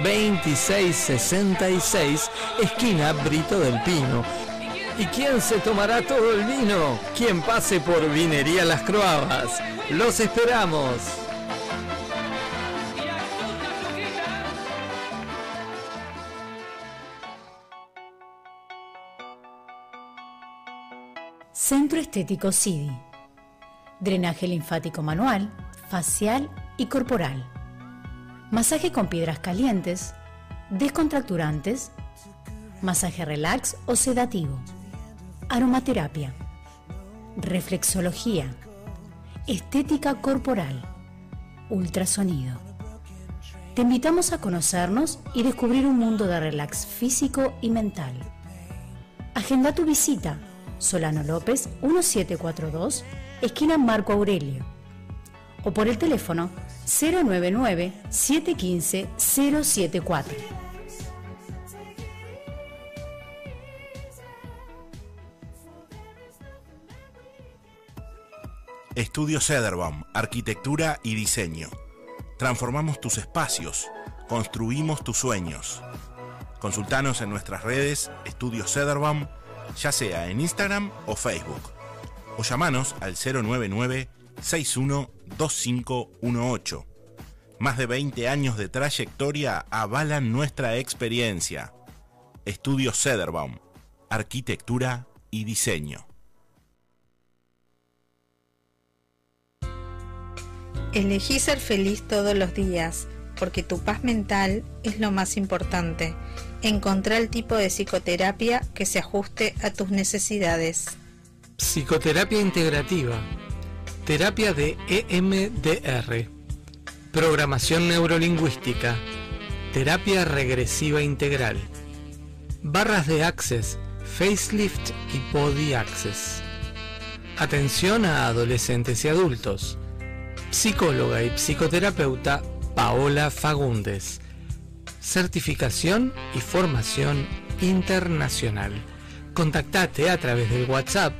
2666, esquina Brito del Pino. ¿Y quién se tomará todo el vino? Quien pase por Vinería Las Croabas. Los esperamos. Centro Estético CIDI. Drenaje linfático manual, facial y corporal. Masaje con piedras calientes, descontracturantes, masaje relax o sedativo. Aromaterapia. Reflexología. Estética corporal. Ultrasonido. Te invitamos a conocernos y descubrir un mundo de relax físico y mental. Agenda tu visita. Solano López 1742, esquina Marco Aurelio. O por el teléfono 099-715-074. Estudio Cederbaum, arquitectura y diseño. Transformamos tus espacios, construimos tus sueños. Consultanos en nuestras redes Estudio Cederbaum, ya sea en Instagram o Facebook. O llamanos al 099-612518. Más de 20 años de trayectoria avalan nuestra experiencia. Estudio Cederbaum, arquitectura y diseño. Elegí ser feliz todos los días, porque tu paz mental es lo más importante. Encontrá el tipo de psicoterapia que se ajuste a tus necesidades. Psicoterapia integrativa. Terapia de EMDR. Programación neurolingüística. Terapia regresiva integral. Barras de Access, Facelift y Body Access. Atención a adolescentes y adultos. Psicóloga y psicoterapeuta Paola Fagundes. Certificación y formación internacional. Contactate a través del WhatsApp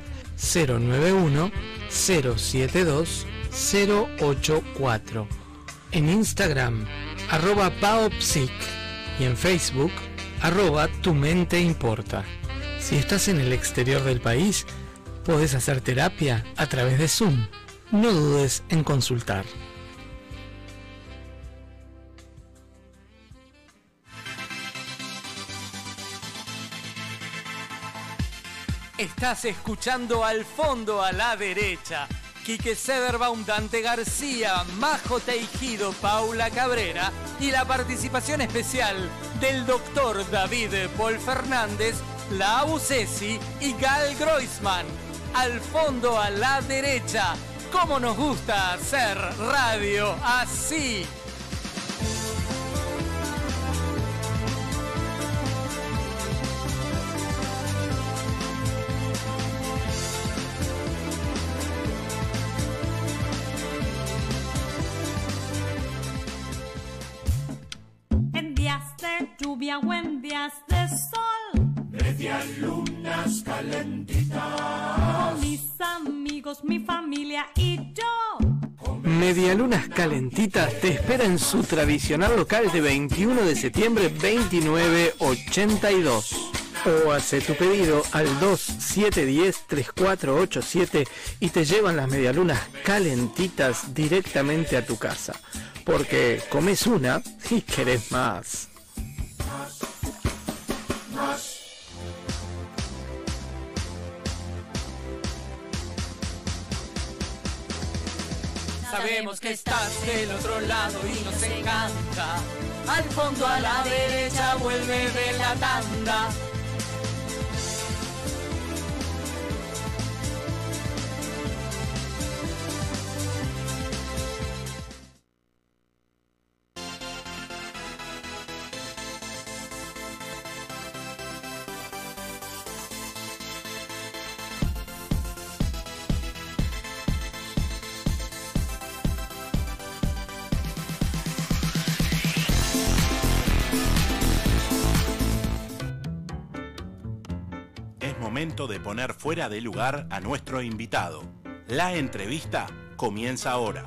091-072-084. En Instagram, @paopsic y en Facebook, @tu mente importa. Si estás en el exterior del país, podés hacer terapia a través de Zoom. No dudes en consultar. Estás escuchando Al Fondo a la Derecha. Quique Sederbaum, Dante García, Majo Teijido, Paula Cabrera y la participación especial del doctor David Paul Fernández, la Abusesi y Gal Groisman. Al Fondo a la Derecha. ¿Cómo nos gusta hacer radio así? En días de lluvia o en días de sol, medialunas calentitas, con mis amigos, mi familia y yo. Medialunas Calentitas te espera en su tradicional local de 21 de septiembre 2982. O hace tu pedido al 2710-3487 y te llevan las medialunas calentitas directamente a tu casa. Porque comes una y querés más. Sabemos que estás del otro lado y nos encanta. Al fondo a la derecha vuelve de la tanda. Momento de poner fuera de lugar a nuestro invitado. La entrevista comienza ahora.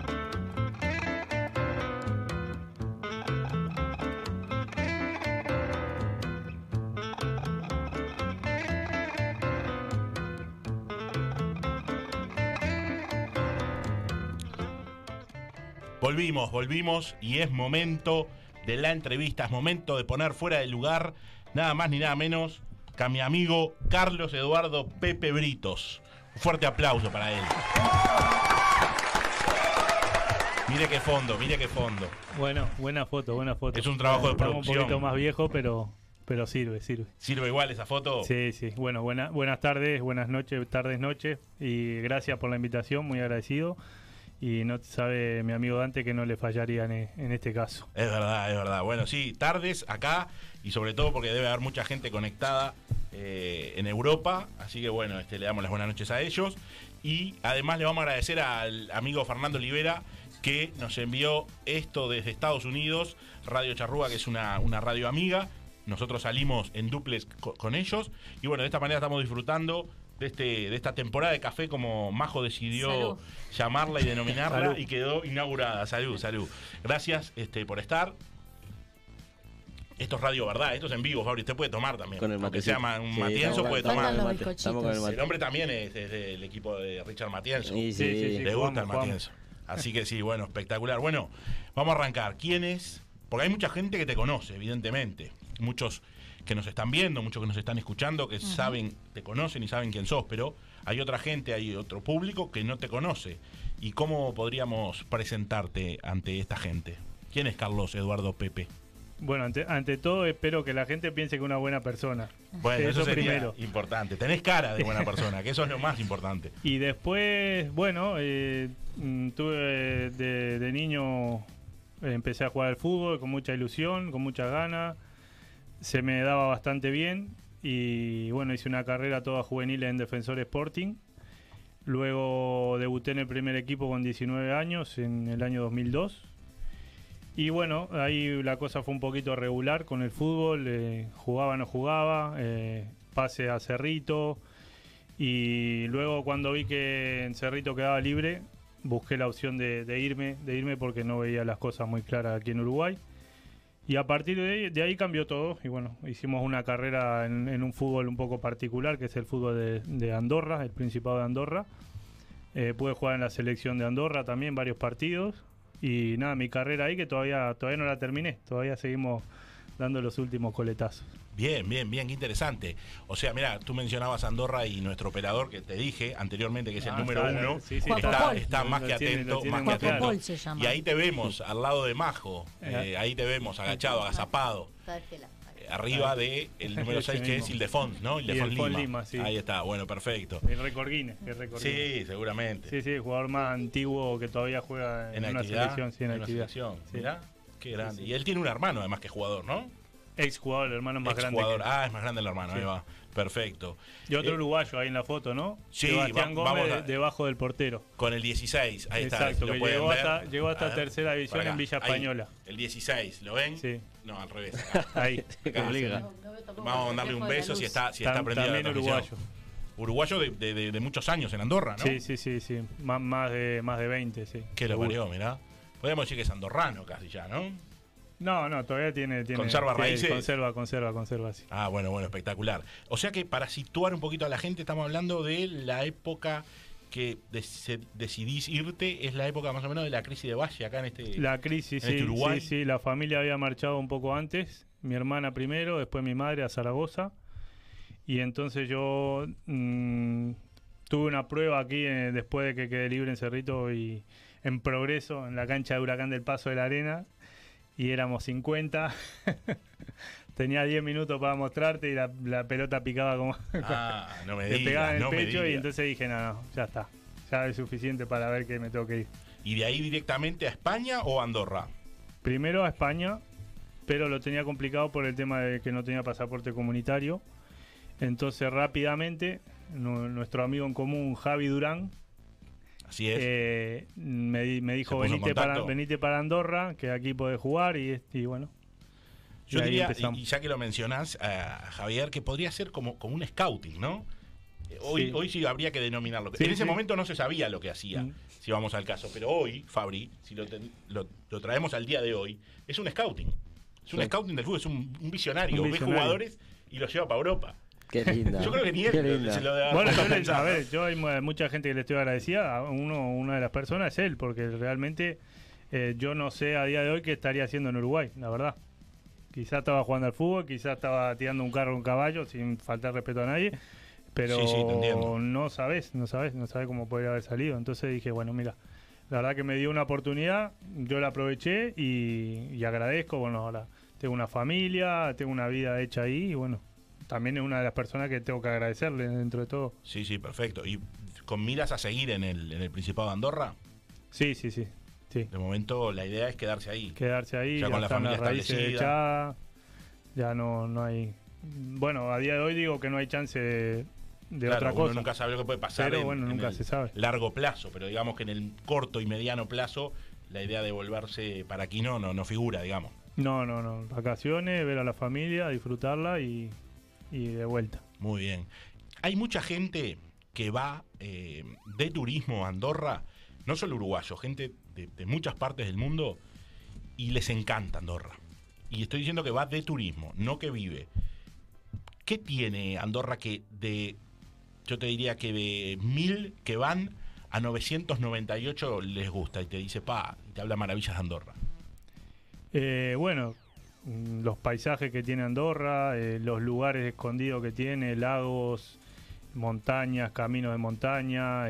Volvimos y es momento de la entrevista, es momento de poner fuera de lugar nada más ni nada menos a mi amigo Carlos Eduardo Pepe Britos. Un fuerte aplauso para él. Mire qué fondo. Bueno, buena foto. Es un trabajo de producción. Un poquito más viejo, pero sirve. ¿Sirve igual esa foto? Sí. Bueno, buenas tardes, buenas noches, noches. Y gracias por la invitación, muy agradecido. Y no sabe mi amigo Dante que no le fallaría en este caso. Es verdad. Bueno, sí, tardes acá y sobre todo porque debe haber mucha gente conectada en Europa. Así que bueno, le damos las buenas noches a ellos. Y además le vamos a agradecer al amigo Fernando Olivera que nos envió esto desde Estados Unidos, Radio Charrúa, que es una radio amiga. Nosotros salimos en duplex con ellos. Y bueno, de esta manera estamos disfrutando de esta temporada de café, como Majo decidió llamarla y denominarla. Salud. Y quedó inaugurada. Salud. Gracias por estar. Esto es radio, ¿verdad? Esto es en vivo, Fabri. Usted puede tomar también. Con el aunque sea un Matienzo, puede tomar. Estamos con el mate. El hombre también es del equipo de Richard Matienzo. Sí. Le gusta el Matienzo. Así que sí, bueno, espectacular. Bueno, vamos a arrancar. ¿Quién es? Porque hay mucha gente que te conoce, evidentemente. Muchos que nos están viendo, muchos que nos están escuchando, que saben, te conocen y saben quién sos, pero hay otra gente, hay otro público que no te conoce. ¿Y cómo podríamos presentarte ante esta gente? ¿Quién es Carlos Eduardo Pepe? Bueno, ante todo espero que la gente piense que es una buena persona. Bueno, eso sería primero importante. Tenés cara de buena persona, que eso es lo más importante. Y después, bueno, tuve de niño, empecé a jugar al fútbol con mucha ilusión, con muchas ganas. Se me daba bastante bien y bueno, hice una carrera toda juvenil en Defensor Sporting. Luego debuté en el primer equipo con 19 años en el año 2002. Y bueno, ahí la cosa fue un poquito regular con el fútbol, jugaba, no jugaba, pase a Cerrito. Y luego cuando vi que en Cerrito quedaba libre, busqué la opción de irme porque no veía las cosas muy claras aquí en Uruguay. Y a partir de ahí cambió todo. Y bueno, hicimos una carrera en un fútbol un poco particular, que es el fútbol de Andorra, el Principado de Andorra. Pude jugar en la selección de Andorra también varios partidos. Y nada, mi carrera ahí que todavía no la terminé. Todavía seguimos dando los últimos coletazos. Bien, qué interesante. O sea, mira, tú mencionabas Andorra y nuestro operador que te dije anteriormente que es el número uno, está más que atento, más que atento. Y ahí te vemos, al lado de Majo, ahí te vemos, agachado, agazapado, arriba de el número 6 que es Ildefons, ¿no? Ildefons Lima. Sí. Ahí está, bueno, perfecto. El récord Guinness. Sí, seguramente. Sí, el jugador más antiguo que todavía juega en una selección. Sí, en actividad. Sí. Mirá, qué grande. Y él tiene un hermano además que es jugador, ¿no? Ex jugador, el hermano más grande. Es más grande el hermano, ahí va. Perfecto. Y otro uruguayo ahí en la foto, ¿no? Sí, Sebastián Gómez debajo del portero. Con el 16, ahí está. Exacto, que llegó hasta tercera división en Villa Española. El 16, ¿lo ven? Sí. No, al revés. Ahí. Vamos a mandarle un beso si está prendido. También uruguayo. Uruguayo de muchos años en Andorra, ¿no? Sí. Más de 20, sí. ¿Qué lo parió, mirá? Podríamos decir que es andorrano casi ya, ¿no? No, todavía tiene ¿Conserva raíces? Conserva, sí. Ah, bueno, espectacular. O sea que para situar un poquito a la gente, estamos hablando de la época que decidís irte, es la época más o menos de la crisis de Valle acá en este Uruguay. Sí, la familia había marchado un poco antes, mi hermana primero, después mi madre a Zaragoza, y entonces yo tuve una prueba aquí después de que quedé libre en Cerrito y en Progreso, en la cancha de Huracán del Paso de la Arena, y éramos 50. Tenía 10 minutos para mostrarte y la pelota picaba como... no me te digas, pegaba en el pecho y entonces dije, no, ya está. Ya es suficiente para ver que me tengo que ir. ¿Y de ahí directamente a España o a Andorra? Primero a España, pero lo tenía complicado por el tema de que no tenía pasaporte comunitario. Entonces rápidamente, nuestro amigo en común, Javi Durán, así es. Me dijo, venite para Andorra, que aquí podés jugar y bueno. Yo diría, y ya que lo mencionás, Javier, que podría ser como un scouting, ¿no? Hoy sí habría que denominarlo. En ese momento no se sabía lo que hacía, si vamos al caso. Pero hoy, Fabri, si lo traemos al día de hoy, es un scouting. Es un scouting del fútbol, es un visionario. Ve jugadores y los lleva para Europa. Qué linda. Yo creo que ni él se lo debe yo hay mucha gente que le estoy agradecida. Una de las personas es él, porque realmente yo no sé a día de hoy qué estaría haciendo en Uruguay, la verdad. Quizás estaba jugando al fútbol, quizás estaba tirando un carro, un caballo, sin faltar respeto a nadie, pero no sabes cómo podría haber salido. Entonces dije, bueno, mira, la verdad que me dio una oportunidad, yo la aproveché y agradezco. Bueno, ahora tengo una familia, tengo una vida hecha ahí y bueno, también es una de las personas que tengo que agradecerle dentro de todo. Sí, perfecto. ¿Y con miras a seguir en el Principado de Andorra? Sí. De momento la idea es quedarse ahí. Ya con la familia establecida. Ya no hay... Bueno, a día de hoy digo que no hay chance de otra cosa. Uno nunca sabe lo que puede pasar pero bueno, nunca se sabe. Largo plazo, pero digamos que en el corto y mediano plazo la idea de volverse para aquí no figura, digamos. No. Vacaciones, ver a la familia, disfrutarla y de vuelta. Muy bien. Hay mucha gente que va de turismo a Andorra, no solo uruguayo, gente de muchas partes del mundo, y les encanta Andorra. Y estoy diciendo que va de turismo, no que vive. ¿Qué tiene Andorra que yo te diría que de 1000 que van, a 998 les gusta y te dice, y te habla maravillas de Andorra? Bueno, los paisajes que tiene Andorra, los lugares escondidos que tiene, lagos, montañas, caminos de montaña,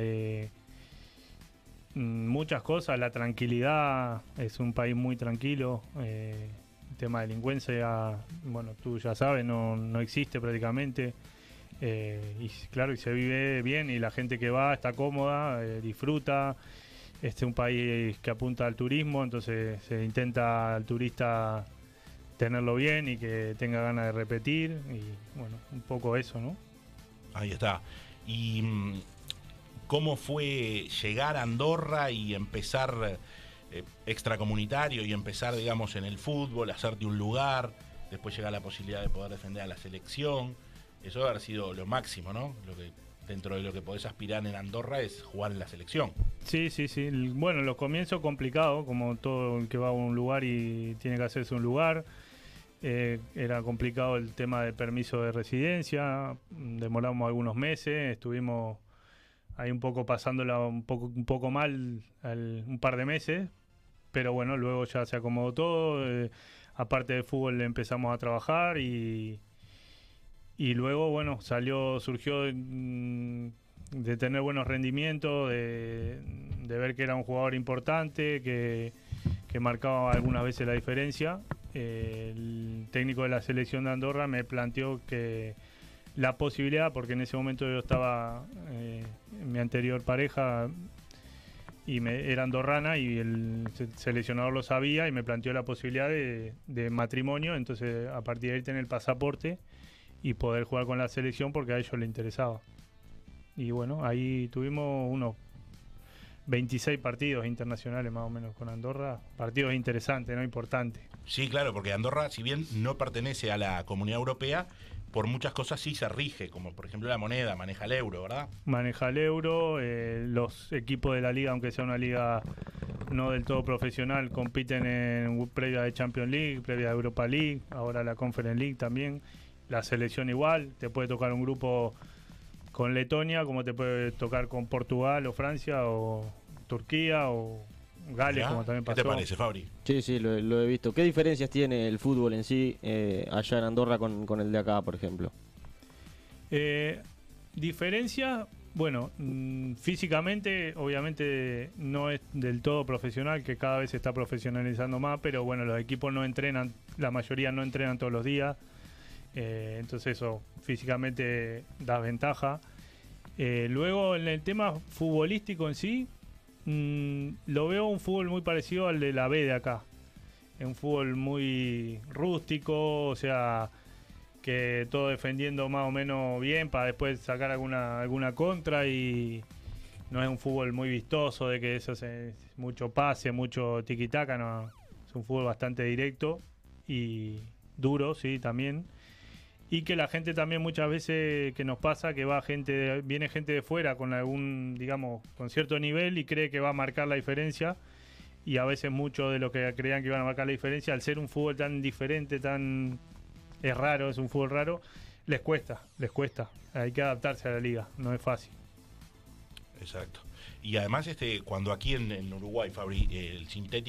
muchas cosas, la tranquilidad, es un país muy tranquilo, el tema de delincuencia, bueno, tú ya sabes, no existe prácticamente, y claro, y se vive bien y la gente que va está cómoda, disfruta. Este es un país que apunta al turismo, entonces se intenta al turista tenerlo bien y que tenga ganas de repetir y bueno, un poco eso, ¿no? Ahí está. ¿Y cómo fue llegar a Andorra y empezar extracomunitario y empezar, digamos, en el fútbol, hacerte un lugar, después llegar la posibilidad de poder defender a la selección? Eso debe haber sido lo máximo, ¿no? Lo que dentro de lo que podés aspirar en Andorra es jugar en la selección. Sí. Bueno, los comienzos complicados, como todo el que va a un lugar y tiene que hacerse un lugar. Era complicado el tema del permiso de residencia, demoramos algunos meses, estuvimos ahí un poco pasándola un poco mal un par de meses, pero bueno, luego ya se acomodó todo. aparte del fútbol empezamos a trabajar y luego, bueno, surgió de tener buenos rendimientos, de ver que era un jugador importante, que marcaba algunas veces la diferencia. El técnico de la selección de Andorra me planteó que la posibilidad, porque en ese momento yo estaba mi anterior pareja y era andorrana y el seleccionador lo sabía y me planteó la posibilidad de matrimonio, entonces a partir de ahí tener el pasaporte y poder jugar con la selección porque a ellos les interesaba. Y bueno, ahí tuvimos unos 26 partidos internacionales más o menos con Andorra, partidos interesantes, ¿no? Importantes. Sí, claro, porque Andorra, si bien no pertenece a la Comunidad Europea, por muchas cosas sí se rige, como por ejemplo la moneda, maneja el euro, ¿verdad? Maneja el euro, los equipos de la liga, aunque sea una liga no del todo profesional, compiten en previa de Champions League, previa de Europa League, ahora la Conference League también. La selección igual, te puede tocar un grupo con Letonia, como te puede tocar con Portugal o Francia o Turquía o Gales, como también pasó. ¿Qué te parece, Fabri? Sí, lo he visto. ¿Qué diferencias tiene el fútbol en sí allá en Andorra con el de acá, por ejemplo? Diferencia, bueno, físicamente obviamente no es del todo profesional, que cada vez se está profesionalizando más, pero bueno, los equipos no entrenan, la mayoría no entrenan todos los días. Entonces eso físicamente da ventaja. Luego en el tema futbolístico en sí, lo veo un fútbol muy parecido al de la B de acá. Es un fútbol muy rústico, o sea, que todo defendiendo más o menos bien para después sacar alguna contra, y no es un fútbol muy vistoso de que eso es mucho pase, mucho tiquitaca, no. Es un fútbol bastante directo y duro, sí, también. Y que la gente también muchas veces que nos pasa que viene gente de fuera con algún, digamos, con cierto nivel y cree que va a marcar la diferencia, y a veces mucho de lo que creían que iban a marcar la diferencia, al ser un fútbol tan diferente, es raro, es un fútbol raro, les cuesta. Hay que adaptarse a la liga, no es fácil. Exacto. Y además cuando aquí en Uruguay, Fabri, el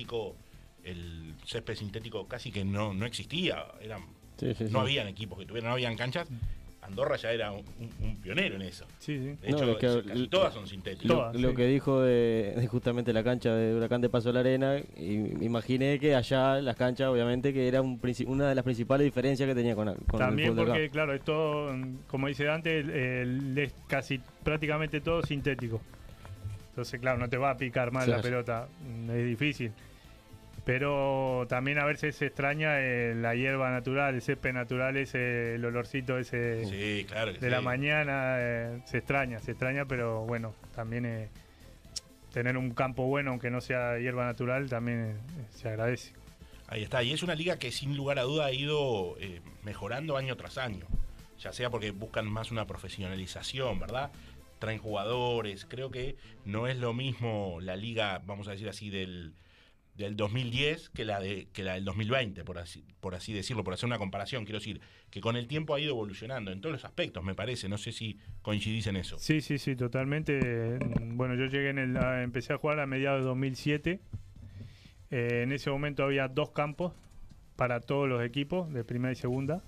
césped sintético casi que no existía, no habían equipos que tuvieran, no habían canchas. Andorra ya era un pionero en eso. Sí. De hecho, casi todas son sintéticas. Lo que dijo de justamente la cancha de Huracán de Paso de la Arena, y imaginé que allá las canchas, obviamente, que era una de las principales diferencias que tenía con también el fútbol porque, acá. claro, es todo, como dice Dante, es casi prácticamente todo sintético. Entonces, claro, no te va a picar mal la pelota, es difícil. Pero también a veces se extraña la hierba natural, el césped natural, el olorcito ese sí, claro de la mañana, se extraña, pero bueno, también tener un campo bueno, aunque no sea hierba natural, también se agradece. Ahí está, y es una liga que sin lugar a duda ha ido mejorando año tras año, ya sea porque buscan más una profesionalización, ¿verdad? Traen jugadores, creo que no es lo mismo la liga, vamos a decir así, del 2010 que la del 2020, por así decirlo, por hacer una comparación. Quiero decir que con el tiempo ha ido evolucionando en todos los aspectos, me parece. No sé si coincidís en eso. Sí, totalmente. Bueno, yo empecé a jugar a mediados de 2007. En ese momento había 2 campos para todos los equipos de primera y segunda.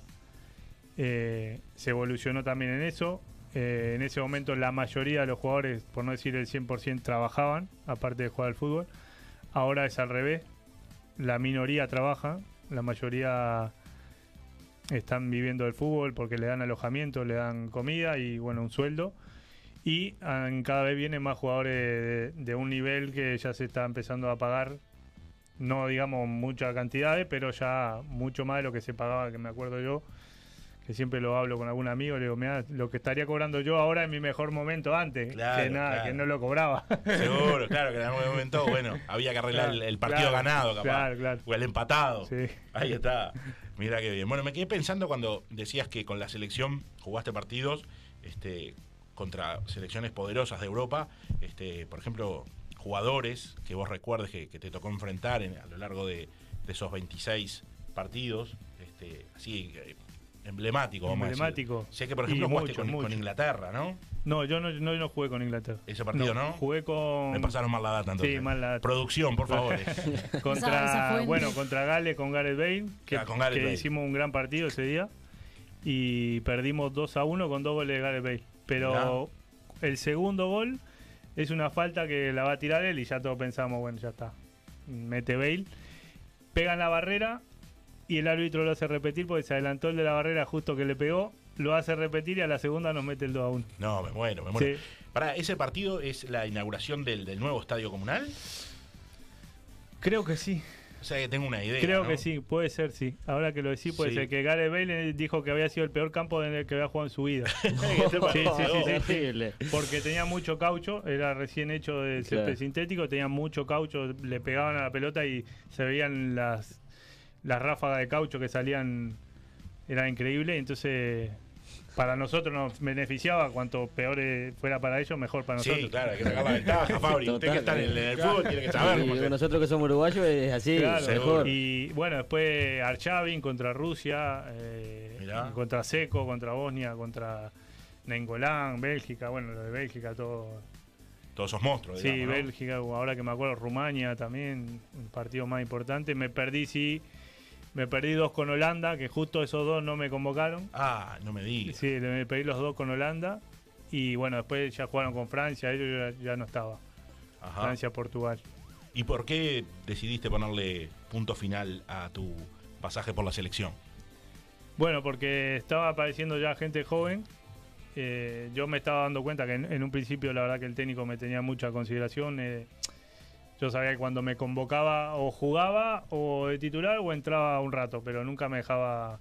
Se evolucionó también en eso. En ese momento la mayoría de los jugadores, por no decir el 100%, trabajaban, aparte de jugar al fútbol. Ahora es al revés, la minoría trabaja, la mayoría están viviendo del fútbol porque le dan alojamiento, le dan comida y bueno, un sueldo, y cada vez vienen más jugadores de un nivel que ya se está empezando a pagar, no digamos muchas cantidades, pero ya mucho más de lo que se pagaba, que me acuerdo yo, que siempre lo hablo con algún amigo, le digo, mirá, lo que estaría cobrando yo ahora en mi mejor momento antes, claro. Que no lo cobraba. Seguro, claro, que en algún momento, bueno, había que arreglar el partido ganado, capaz, claro. o el empatado. Sí. Ahí está. Mira qué bien. Bueno, me quedé pensando cuando decías que con la selección jugaste partidos contra selecciones poderosas de Europa, por ejemplo, jugadores que vos recuerdes que te tocó enfrentar a lo largo de esos 26 partidos, así emblemático, vamos Emblemático. a decir. Sé que, por ejemplo, Y jugaste mucho, con mucho. Inglaterra, ¿no? No, yo no jugué con Inglaterra. Ese partido, ¿no? Jugué con... Me pasaron mal la data, entonces. Sí, mal la data. Producción, por favor. Contra Gales con Gareth Bale, que, con Gareth que Bale. hicimos un gran partido ese día. Y perdimos 2-1 con 2 goles de Gareth Bale. Pero el segundo gol es una falta que la va a tirar él y ya todos pensamos, bueno, ya está. Mete Bale. Pega en la barrera y el árbitro lo hace repetir porque se adelantó el de la barrera justo que le pegó. Lo hace repetir y a la segunda nos mete el 2-1. No, me muero. Sí. Pará, ¿ese partido es la inauguración del nuevo estadio comunal? Creo que sí. O sea que tengo una idea. Creo ¿no? que sí, puede ser, sí. Ahora que lo decís, puede Sí. ser que Gareth Bale dijo que había sido el peor campo en el que había jugado en su vida. Sí. Porque tenía mucho caucho, era recién hecho de césped Claro. sintético, tenía mucho caucho, le pegaban a la pelota y se veían las ráfagas de caucho que salían, era increíble. Entonces, para nosotros nos beneficiaba, cuanto peor fuera para ellos, mejor para nosotros. Sí, claro, hay que sacar la ventaja, Fabri. Usted que está en el fútbol tiene que saber. Y nosotros que somos uruguayos es así, Claro, mejor. y bueno, después Arshavin contra Rusia, contra Seco, contra Bosnia, contra Nainggolan, Bélgica, bueno, lo de Bélgica, todo. Todos esos monstruos, Sí, digamos, ¿no? Bélgica, ahora que me acuerdo, Rumania también, un partido más importante. Me perdí 2 con Holanda, que justo esos 2 no me convocaron. Ah, no me digas. Sí, me perdí los 2 con Holanda. Y bueno, después ya jugaron con Francia, ellos ya no estaba. Ajá. Francia, Portugal. ¿Y por qué decidiste ponerle punto final a tu pasaje por la selección? Bueno, porque estaba apareciendo ya gente joven. Yo me estaba dando cuenta que en un principio la verdad que el técnico me tenía mucha consideración. Yo sabía que cuando me convocaba o jugaba o de titular o entraba un rato, pero nunca me dejaba.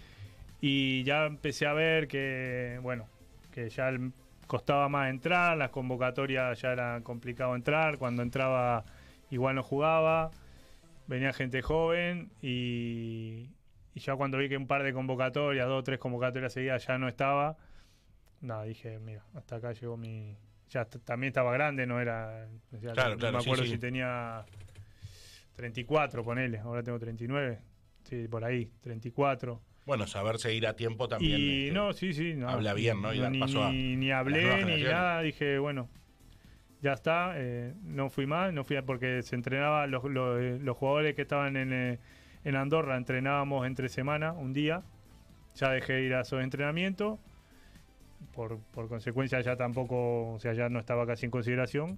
Y ya empecé a ver que, bueno, que ya costaba más entrar, las convocatorias ya era complicado entrar, cuando entraba igual no jugaba, venía gente joven y ya cuando vi que un par de convocatorias, 2 o 3 convocatorias seguidas ya no estaba, nada, dije, mira, hasta acá llegó mi... Ya también estaba grande, no era... Claro, no me acuerdo sí. si tenía 34, ponele, ahora tengo 39, sí, por ahí, 34. Bueno, saber seguir a tiempo también. Y no, sí, no. Habla bien, ¿no? Y dar paso a ni las hablé, nuevas ni generaciones. nada, dije, bueno, ya está, no fui más, porque se entrenaba, los jugadores que estaban en Andorra entrenábamos entre semana, un día, ya dejé de ir a esos entrenamientos, por consecuencia ya tampoco, o sea, ya no estaba casi en consideración,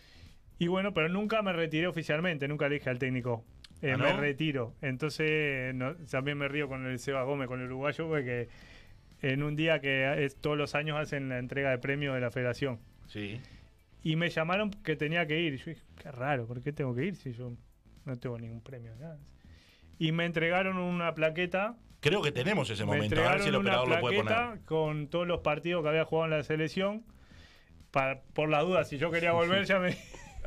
y bueno, pero nunca me retiré oficialmente, nunca le dije al técnico, ¿Ah, me no? retiro, entonces también me río con el Seba Gómez, con el uruguayo, porque en un día que todos los años hacen la entrega de premios de la federación. Sí. Y me llamaron que tenía que ir. Y yo dije, qué raro, ¿por qué tengo que ir si yo no tengo ningún premio? Nada. Y me entregaron una plaqueta. Creo que tenemos ese Me momento, a ver si el entregaron operador una lo puede plaqueta poner. con todos los partidos que había jugado en la selección. Por la duda, si yo quería volver, ya me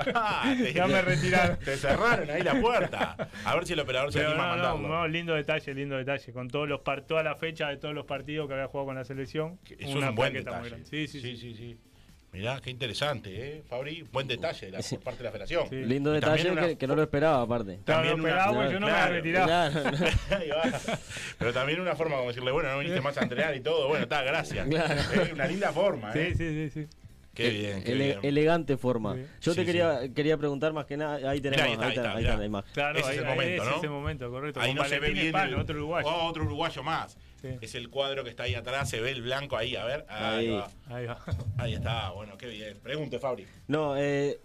retiraron. Te cerraron ahí la puerta. A ver si el operador se Pero anima a mandarlo. no, lindo detalle. Con toda la fecha de todos los partidos que había jugado con la selección. Eso es un buen plaqueta muy detalle. grande. Sí. Mirá, qué interesante, Fabri. Buen detalle por parte de la federación. Sí. Lindo Y detalle también que no lo esperaba, aparte. También no lo esperaba, porque yo no me había retirado. Ahí va. Pero también una forma como decirle, bueno, no viniste más a entrenar y todo. Bueno, está, gracias. Claro. Una linda forma, Sí. Qué bien, qué bien. Elegante forma. Sí. Yo te Sí, quería preguntar más que nada. Ahí tenemos, Mirá, ahí está, ahí está la imagen. Claro, Ese es el momento, ¿no? ese momento, correcto. Ahí Con no se ve Valentín bien. Espano, otro uruguayo. Otro uruguayo más. Sí. Es el cuadro que está ahí atrás, se ve el blanco ahí, a ver. Ahí va. Ahí va. Ahí está, bueno, qué bien. Pregunte, Fabri. No,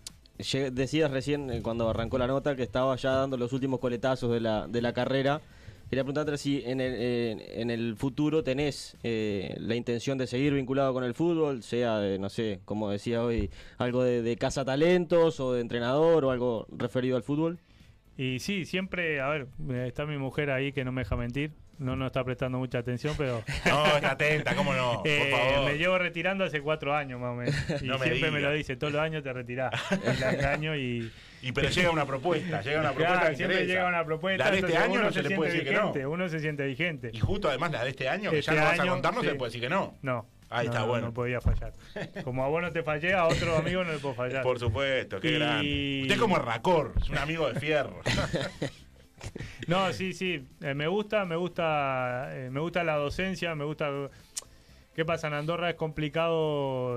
decías recién cuando arrancó la nota que estaba ya dando los últimos coletazos de la carrera. Quería preguntarte si en el futuro tenés la intención de seguir vinculado con el fútbol, sea, no sé, como decía hoy, algo de cazatalentos o de entrenador o algo referido al fútbol. Y sí, siempre, a ver, está mi mujer ahí que no me deja mentir. No está prestando mucha atención, pero... No, está atenta, ¿cómo no? Por favor. Me llevo retirando hace 4 años más o menos. Y No me siempre me diga. lo dice, todos los años te retirás. Y la engaño y... Pero llega una propuesta, Claro, que siempre interesa. llega una propuesta. La de este entonces año uno no se le puede decir que no. vigente, uno se siente vigente. Y justo además la de este año, que Este ya no vas a año, contar, no se sí. le puede decir que no. No. Ahí está, bueno. No podía fallar. Como a vos no te fallé, a otro amigo no le puedo fallar. Por supuesto, qué Y- grande. Usted es como Racor, es un amigo de fierro. No, sí. Me gusta la docencia, me gusta. ¿Qué pasa? En Andorra es complicado.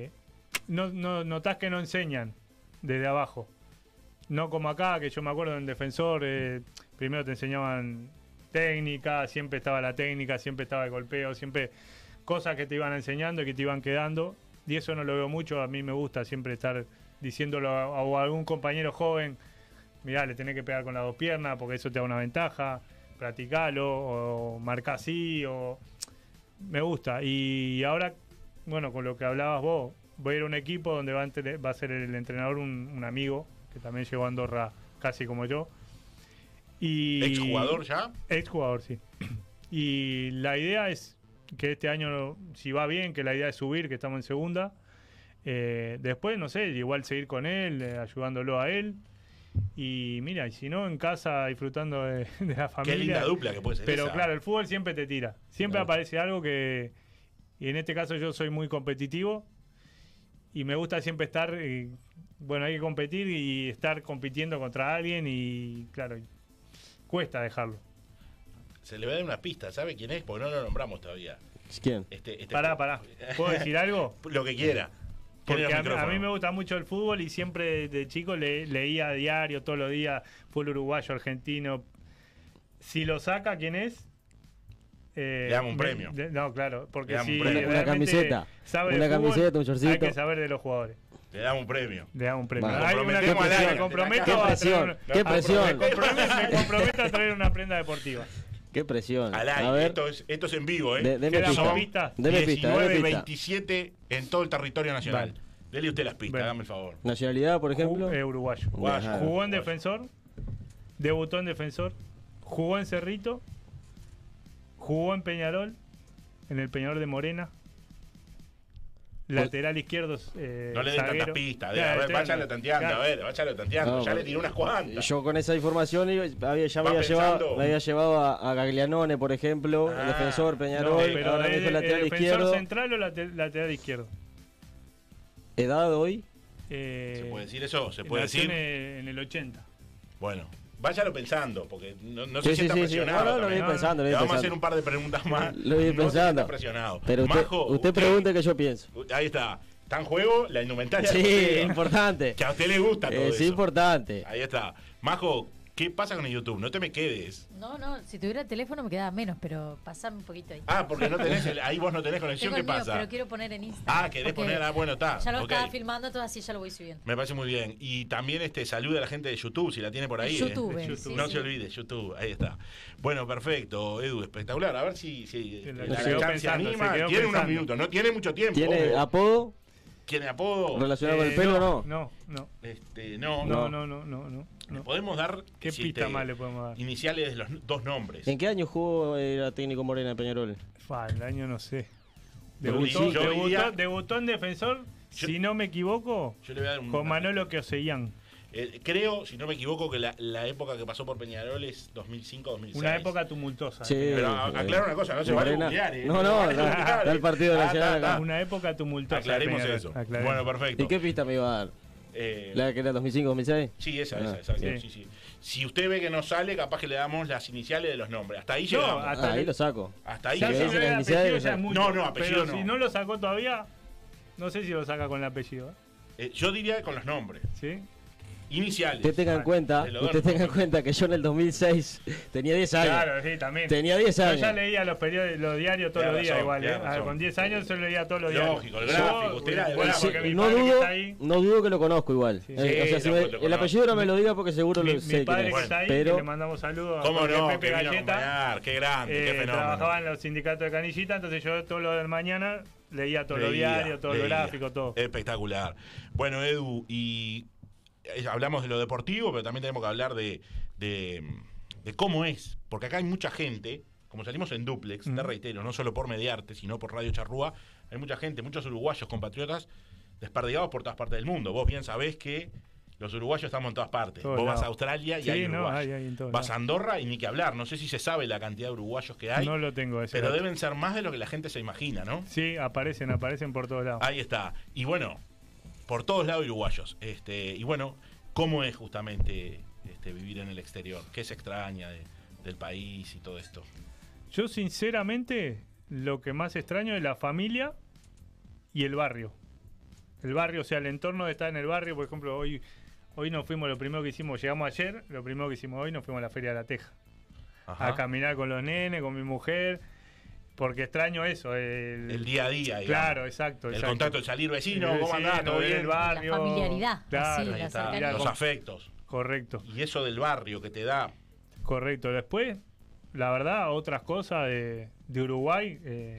No notás que no enseñan desde abajo. No como acá, que yo me acuerdo en Defensor, primero te enseñaban técnica, siempre estaba la técnica, siempre estaba el golpeo, siempre cosas que te iban enseñando y que te iban quedando. Y eso no lo veo mucho. A mí me gusta siempre estar diciéndolo a algún compañero joven. Mirá, le tenés que pegar con las dos piernas porque eso te da una ventaja. Practicalo o marcá así. Me gusta. Y ahora, bueno, con lo que hablabas vos, voy a ir a un equipo donde va a ser el entrenador un amigo que también llegó a Andorra casi como yo. ¿Exjugador ya? Exjugador, sí. Y la idea es que este año, si va bien, que la idea es subir, que estamos en segunda. Después, no sé, igual seguir con él, ayudándolo a él. Y mira, y si no, en casa disfrutando de la familia. Qué linda dupla que puede ser. Pero esa. claro, el fútbol siempre te tira. Siempre aparece algo que... Y en este caso yo soy muy competitivo. Y me gusta siempre estar... bueno, hay que competir y estar compitiendo contra alguien. Y claro, cuesta dejarlo. Se le va a dar una pista, ¿sabe quién es? Porque no lo nombramos todavía. ¿Quién? Pará. ¿Puedo decir algo? Lo que quiera. Porque a mí me gusta mucho el fútbol y siempre de chico leía a diario, todos los días, fútbol uruguayo, argentino. Si lo saca, ¿quién es? Le damos un premio. No, claro, porque si una camiseta, sabe una fútbol, camiseta, un shortcito. hay que saber de los jugadores. Le damos un premio. Le damos un premio. Vale. Hay una Comprometemos al aire. me comprometo Qué presión, qué presión. Me comprometo a traer una prenda deportiva. Qué presión. Al A aire, ver, esto es en vivo, ¿eh? deme ¿Queda pista. pista? Deme pista, 19, deme pista. 27 en todo el territorio nacional. Vale. Dele usted las pistas, Bueno. hágame el favor. Nacionalidad, por ejemplo. Uruguayo. Uruguayo. Jugó en Defensor, debutó en Defensor, jugó en Cerrito, jugó en Peñarol, en el Peñarol de Morena. Lateral izquierdo. No le den tantas pistas. A ver, váyalo tanteando. No, ya le tiré unas cuantas. Yo con esa información me había llevado a Gaglianone, por ejemplo, el defensor, Peñarol, pero ahora mismo lateral ¿defensor izquierdo. central o lateral izquierdo? ¿Edad hoy? ¿Se puede decir eso? ¿Se puede nació decir? En el 80. Bueno, váyalo pensando, porque no Sí, se sienta sí, sí, presionado. no, lo también. voy pensando, Le vamos a hacer un par de preguntas más. Lo voy No se pensando. sienta presionado. Pero Majo, usted pregunte que yo pienso. Ahí está. Está en juego la indumentaria. Sí, deportiva. importante. Que a usted le gusta todo Es eso. importante. Ahí está. Majo, ¿qué pasa con el YouTube? No te me quedes. No, si tuviera teléfono me quedaba menos, pero pasame un poquito ahí. Ah, porque no tenés ahí vos no tenés conexión. Tengo ¿Qué el mío, pasa? pero quiero poner en Instagram. Ah, querés porque poner. Bueno, está. Ya lo Ok. estaba filmando, todo así ya lo voy subiendo. Me parece muy bien. Y también saluda a la gente de YouTube, si la tiene por ahí. YouTube, sí, no sí. se olvide, YouTube, ahí está. Bueno, perfecto, Edu, espectacular. A ver si La la quedó cancha se pensando, anima. se quedó Tiene unos pensando. minutos, no tiene mucho tiempo. ¿Tiene ojo. apodo ¿Tiene apodo? relacionado con el pelo o no? No. No. ¿Le podemos dar ¿Qué pista más le podemos dar? iniciales de los dos nombres? ¿En qué año jugó era técnico Morena de Peñarol? El año no sé. Yo diría- Debutó en Defensor, si no me equivoco, Yo le voy a dar un. con Manolo Queosellán. Creo, si no me equivoco, que la época que pasó por Peñarol es 2005-2006. Una época tumultuosa. Sí. Pero aclaro una cosa, no se vale Morena. googlear, ¿eh? No, está el partido nacional acá. Una época tumultuosa. Aclaremos Peñarol. eso. Aclaremos. Bueno, perfecto. ¿Y qué pista me iba a dar? ¿La ¿La que era 2005-2006? Sí, esa, Sí. sí. Si usted ve que no sale, capaz que le damos las iniciales de los nombres. Hasta ahí No, llegamos. hasta Ahí lo saco. Hasta ahí Ya Sí, si llegamos. no las era iniciales, apellido ya es no. mucho. No, apellido Pero no. si no lo sacó todavía, no sé si lo saca con el apellido. Yo diría con los nombres. ¿Sí? Iniciales. Usted tenga en cuenta, de los dos nombres. que yo en el 2006 tenía 10 años. Claro, sí, también. Tenía 10 Yo años. ya leía los periódicos, los diarios todos Tiene los días razón, igual. tiene A ver, razón. con 10 años yo leía todos los días. Lógico, el gráfico, usted era del bueno, gráfico. porque mi no padre que dudo, está ahí, no dudo que lo conozco igual. Sí. O sea, Sí, si lo me- conozco. el apellido no me lo diga porque seguro mi lo sé padre quién que es. está ahí, Pero que le mandamos saludos ¿Cómo a no? Pepe Que vino a Galleta. acompañar. Qué grande, qué fenómeno. Trabajaba en los sindicatos de Canillita, entonces yo todos los de mañana leía todos los diarios, todos los gráficos, todo. Espectacular. Bueno, Edu, y hablamos de lo deportivo, pero también tenemos que hablar de cómo es. Porque acá hay mucha gente, como salimos en Duplex, te reitero, no solo por Mediarte, sino por Radio Charrúa, hay mucha gente, muchos uruguayos compatriotas desperdigados por todas partes del mundo. Vos bien sabés que los uruguayos estamos en todas partes. Todos Vos vas lados. a Australia y Sí, hay no, uruguayos. hay en todos Vas a lados. Andorra y ni que hablar. No sé si se sabe la cantidad de uruguayos que hay, No lo tengo ese pero dato. deben ser más de lo que la gente se imagina, ¿no? Sí, aparecen por todos lados. Ahí está. Y bueno, por todos lados uruguayos. Y bueno, ¿cómo es justamente vivir en el exterior? ¿Qué se extraña del país y todo esto? Yo sinceramente lo que más extraño es la familia y el barrio. El barrio, o sea, el entorno de estar en el barrio. Por ejemplo, hoy nos fuimos, lo primero que hicimos, llegamos ayer, lo primero que hicimos hoy nos fuimos a la Feria de la Teja. Ajá. A caminar con los nenes, con mi mujer, porque extraño eso. El día a día, digamos. Claro, exacto. El contacto, el salir vecino, ¿cómo andás? ¿Todo bien? El barrio. La familiaridad. Claro, así, Ahí está, los afectos. Correcto. Y eso del barrio que te da. Correcto. Después, la verdad, otras cosas de Uruguay,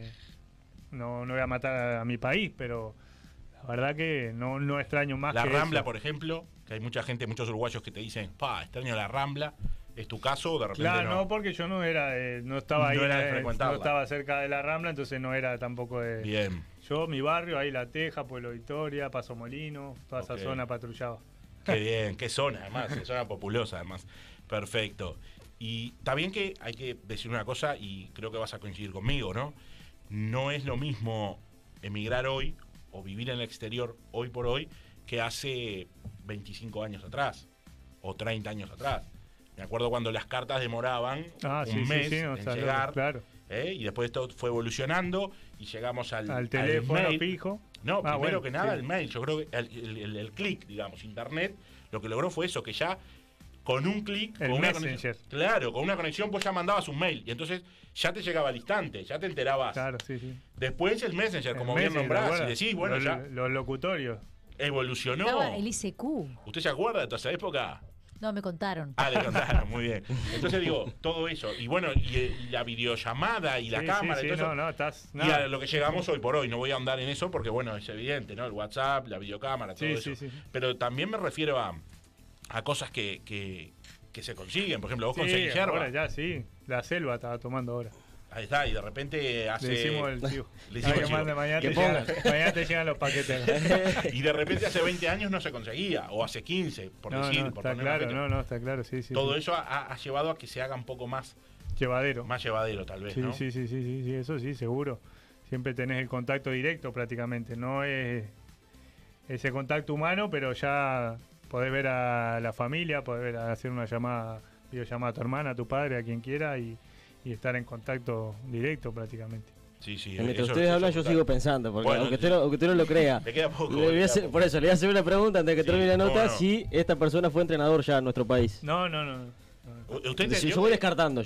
no voy a matar a mi país, pero la verdad que no extraño más La que Rambla, eso. por ejemplo, que hay mucha gente, muchos uruguayos que te dicen, extraño la Rambla. ¿Es tu caso o de repente Claro, no? no, porque yo no estaba ahí, No era de frecuentarla. no estaba cerca de la Rambla, entonces no era tampoco de... Bien. Yo, mi barrio, ahí La Teja, Pueblo Victoria, Paso Molino, toda esa zona patrullaba. Qué bien, qué zona además, qué zona populosa además. Perfecto. Y también que hay que decir una cosa, y creo que vas a coincidir conmigo, ¿no? No es lo mismo emigrar hoy o vivir en el exterior hoy por hoy que hace 25 años atrás o 30 años atrás. Me acuerdo cuando las cartas demoraban un mes en llegar, claro. y después esto fue evolucionando y llegamos al teléfono mail. fijo. No, primero bueno, que nada sí. el mail. Yo creo que el clic, digamos, internet, lo que logró fue eso, que ya con un clic, El con una Messenger. conexión, claro, con una conexión vos ya mandabas un mail y entonces ya te llegaba al instante, ya te enterabas. Claro, sí, sí. Después el Messenger, como El bien Messenger, nombrás, y bueno, decís, bueno, los, ya los locutorios. evolucionó. Estaba el ICQ. ¿Usted se acuerda de toda esa época? No, me contaron. Ah, le contaron, muy bien. Entonces digo, todo eso. Y bueno, y la videollamada y la Sí, cámara. sí, y todo eso. estás... Y a lo que llegamos hoy por hoy, no voy a ahondar en eso porque, bueno, es evidente, ¿no? El WhatsApp, la videocámara, todo Sí, eso. sí, sí. Pero también me refiero a cosas que se consiguen. Por ejemplo, vos Sí, conseguís yerba. ahora ya sí. La selva estaba tomando ahora. Ahí está, y de repente hace... Le hicimos el chivo. Le hicimos el chivo. Mañana te llegan los paquetes. Y de repente hace 20 años no se conseguía, o hace 15, por decir, por está poner una claro, fecha. está claro, sí. Todo eso ha llevado a que se haga un poco más llevadero. Más llevadero, tal vez, Sí, ¿no? sí, eso sí, seguro. Siempre tenés el contacto directo prácticamente. No es ese contacto humano, pero ya podés ver a la familia, podés hacer una videollamada a tu hermana, a tu padre, a quien quiera y estar en contacto directo prácticamente. Sí, Mientras ustedes hablan, yo sigo pensando, porque Bueno, aunque usted no lo crea. Le queda poco. Por eso, le voy a hacer una pregunta antes de que termine la nota, no. si esta persona fue entrenador ya en nuestro país. No. ¿Usted entendió? Yo voy descartando.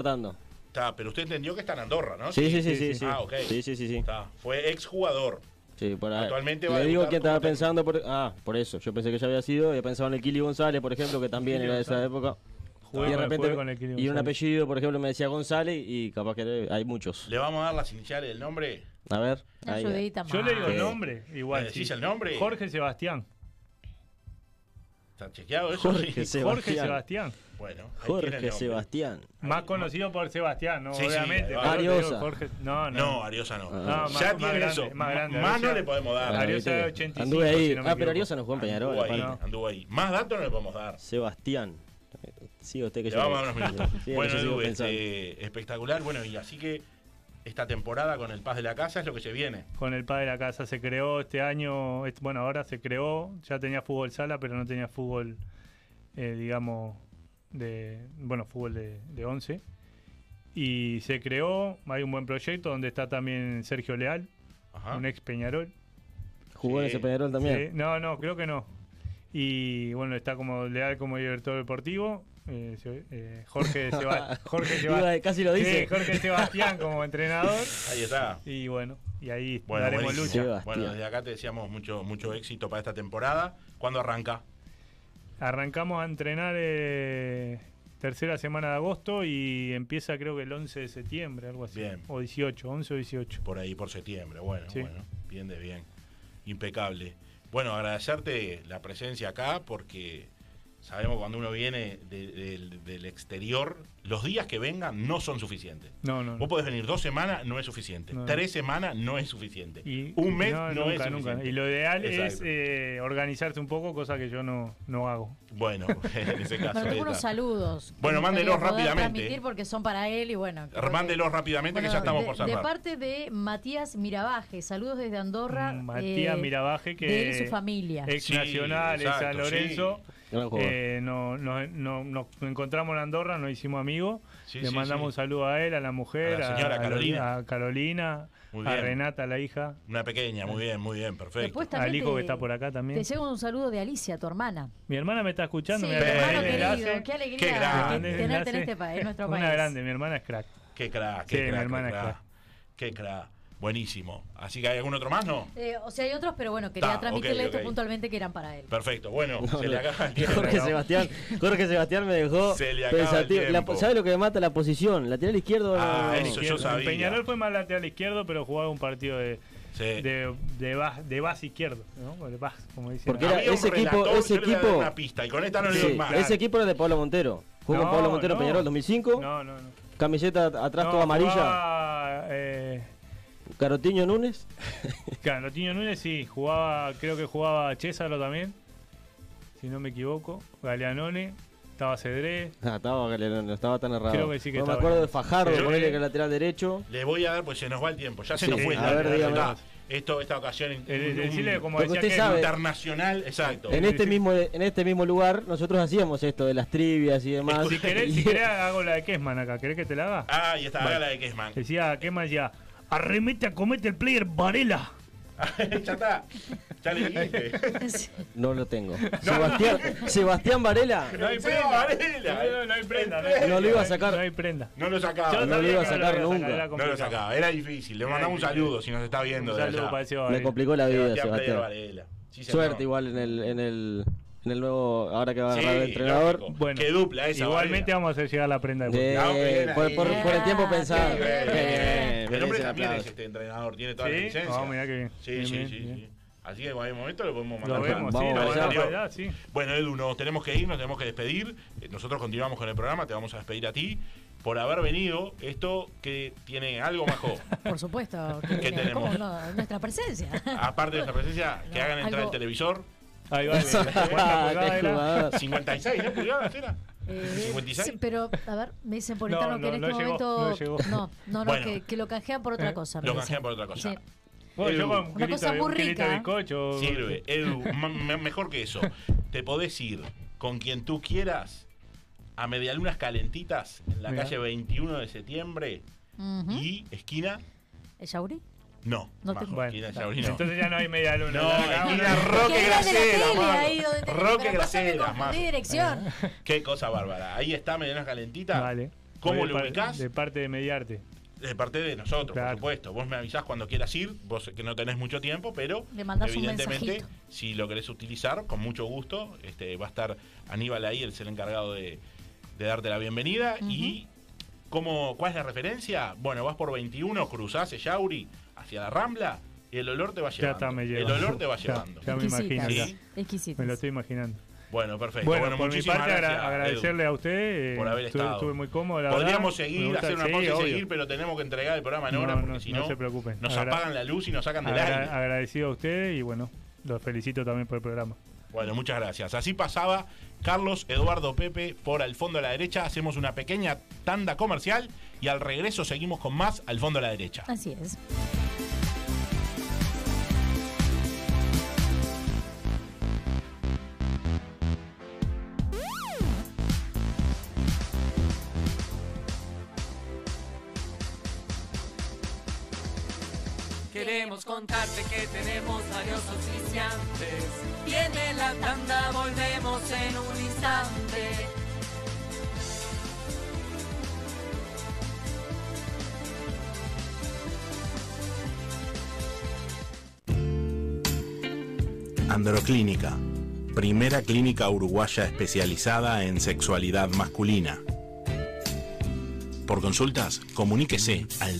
Está, pero usted entendió que está en Andorra, ¿no? Sí. Ah, ok. Sí. Está. Fue exjugador. Sí, por ahí. Actualmente va a Le digo debutar quién estaba como pensando. Por eso. Yo pensé que ya había sido. Había pensado en el Kili González, por ejemplo, que también era de esa época. Jugué y de repente. con el Kili Y un González. apellido, por ejemplo, me decía González y capaz que hay muchos. ¿Le vamos a dar las iniciales del nombre? A ver. Una ayudita más. Yo le digo el nombre, igual. ¿Le decís el nombre? Jorge Sebastián. ¿Está chequeado eso? Jorge Sí. Sebastián. Bueno, ahí tiene el Jorge nombre. Sebastián. Más conocido por Sebastián, ¿no? Sí, Obviamente. sí, pero te digo Ariosa. Jorge... No, Ariosa no. No, Ya más tiene grande, eso. más grande. Más no Ariosa- le podemos dar. Ariosa de viste, 85, Anduve ahí. si no me Pero equivoco. Ariosa no jugó en Peñarol. Anduvo ahí, aparte. anduvo ahí. Más datos no le podemos dar. Sebastián. Sí, usted que Le yo. vamos a dar unos minutos. Sí, Bueno, yo sigo Edu, pensando. espectacular. Bueno, y así que esta temporada con el Paz de la Casa es lo que se viene. Con el Paz de la Casa se creó este año, bueno, ahora se creó, ya tenía fútbol sala, pero no tenía fútbol, digamos, fútbol de 11. Y se creó, hay un buen proyecto donde está también Sergio Leal, Ajá. un ex Peñarol. ¿Jugó en ese Peñarol también? Sí, no, creo que no. Y bueno, está como Leal como director deportivo. Jorge Sebastián. Casi lo dice. Sí, Jorge Sebastián como entrenador. Ahí está. Y bueno, y ahí Bueno, daremos buenísimo. lucha. Bueno, desde acá te deseamos mucho éxito para esta temporada. ¿Cuándo arranca? Arrancamos a entrenar tercera semana de agosto y empieza creo que el 11 de septiembre, algo así. Bien. O 18, 11 o 18. Por ahí, por septiembre. Bueno, Sí. bien de bien. Impecable. Bueno, agradecerte la presencia acá porque sabemos cuando uno viene del exterior los días que vengan no son suficientes. No. Vos podés venir 2 semanas, no es suficiente. 3 semanas no es suficiente. Un mes no es suficiente. Y lo ideal Exacto. es organizarse un poco, cosa que yo no hago. Bueno, en ese caso. Bueno, tengo unos saludos. Bueno, mándelos rápidamente. Transmitir porque son para él y bueno. Mándelos rápidamente que ya estamos por cerrar. De parte de Matías Mirabaje, saludos desde Andorra. Matías Mirabaje, que de él y su familia. Ex Nacional, ex San Lorenzo. Sí. Nos encontramos en Andorra, nos hicimos amigos. Le mandamos un saludo a él, a la mujer, a la señora Carolina. A Carolina, a Renata, la hija. Una pequeña, muy bien, perfecto. Al hijo que está por acá también. Te llega un saludo de Alicia, tu hermana. Mi hermana me está escuchando. Sí, mi hermano querido, qué alegría tenerte en este país, en nuestro país. Una grande, mi hermana es crack. Qué crack, mi hermana es crack. Qué crack. Buenísimo. Así que hay algún otro más, ¿no? O sea, hay otros, pero bueno, quería transmitirle esto puntualmente que eran para él. Perfecto. Bueno, se le acaba el tiempo. Jorge Sebastián me dejó pensativo. ¿Sabe lo que me mata? La posición. Lateral izquierdo. Eso yo sabía. Peñarol fue más lateral izquierdo, pero jugaba un partido de base izquierdo, ¿no? De base, como dicen. Porque era ese equipo. Una pista, y con esta no le doy más. Ese equipo era de Pablo Montero. Jugó con Pablo Montero Peñarol 2005. No. Camiseta atrás toda amarilla. Carotiño Núñez. Carotiño Núñez sí, creo que jugaba Césaro también, si no me equivoco. Galeanone, estaba Cedré. Estaba Galeanone, no estaba tan errado. Creo que sí que me acuerdo de Fajardo, ponele que era lateral derecho. Le voy a dar, pues se nos va el tiempo, ya se nos fue. A ver, dígame. Esta ocasión decirle, como decía usted que sabe, internacional, exacto. En este mismo lugar nosotros hacíamos esto de las trivias y demás. Si querés hago la de Kessman acá, ¿querés que te la haga? Ah, y está, haga la de Kessman. Decía Kessman ya, arremete a comete el player Varela. Ya está, ya le dijiste. No lo tengo. Sebastián Varela. No hay prenda. No hay prenda. No lo iba a sacar. No hay prenda. No lo sacaba. No lo iba a sacar nunca. No lo sacaba. Era difícil. Le mandamos un saludo si nos está viendo. Un saludo para ese Me complicó la vida, Sebastián. Sí, suerte igual en el nuevo, ahora que va a agarrar el entrenador. Lógico. Bueno, qué dupla esa. Igualmente vamos a hacer llegar la prenda. Por el tiempo pensado. El hombre también es este entrenador, tiene toda la licencia. No, mirá que bien. Sí. Así que en cualquier momento lo podemos mandar. Lo vemos, sí. Bueno, Edu, nos tenemos que ir, nos tenemos que despedir. Nosotros continuamos con el programa, te vamos a despedir a ti por haber venido. Esto que tiene algo más joven. Por supuesto. ¿Qué tenemos? Nuestra presencia. Aparte de nuestra presencia, que hagan entrar el televisor. Ahí va. 56, ¿no? ¿Pulgadas era? 56. Sí, pero, a ver, me dicen por interno que en este momento. No, bueno, que lo canjean por otra cosa. Lo canjean por otra cosa. Sí. Bueno, yo con una cosa muy rica. Bizcocho. Sirve. Edu, mejor que eso. Te podés ir con quien tú quieras a Medialunas Calentitas en la calle 21 de septiembre y esquina. ¿El Yauri? No, bueno, entonces ya no hay media luna. No, esquina Roque Gracera. Roque Gracera. Dirección. Qué cosa bárbara. Ahí está Medialunas Calentitas. Vale. ¿Cómo lo ubicás? De parte de Mediarte. De parte de nosotros, claro. Por supuesto. Vos me avisás cuando quieras ir, vos que no tenés mucho tiempo, pero evidentemente, si lo querés utilizar, con mucho gusto, va a estar Aníbal ahí, él es el encargado de darte la bienvenida. Y ¿cuál es la referencia? Bueno, vas por 21, cruzás Ellauri hacia la Rambla y el olor te va llevando. El olor te va llevando. Ya me imagino. ¿Sí? Exquisitas. Me lo estoy imaginando. Bueno, perfecto. Bueno, por mi parte agradecerle Edu, a usted por haber estado. Estuve muy cómodo, podríamos seguir, hacer una pausa y seguir, pero tenemos que entregar el programa en hora porque si no se preocupen. Nos apagan la luz y nos sacan del aire. Agradecido a usted y bueno, los felicito también por el programa. Bueno, muchas gracias. Así pasaba Carlos Eduardo Pepe por Al Fondo a la Derecha. Hacemos una pequeña tanda comercial y al regreso seguimos con más Al Fondo a la Derecha. Así es. Queremos contarte que tenemos varios auspiciantes. Viene la tanda, volvemos en un instante. Androclínica, primera clínica uruguaya especializada en sexualidad masculina. Por consultas, comuníquese al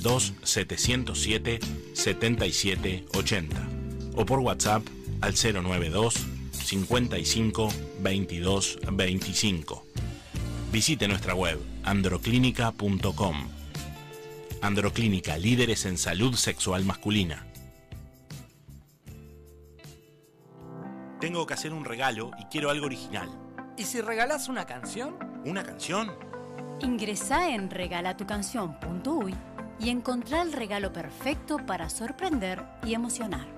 2707-7780 o por WhatsApp al 092 55 22 25. Visite nuestra web androclínica.com. Androclínica, líderes en salud sexual masculina. Tengo que hacer un regalo y quiero algo original. ¿Y si regalás una canción? ¿Una canción? Ingresá en regalatucanción.uy y encontrá el regalo perfecto para sorprender y emocionar.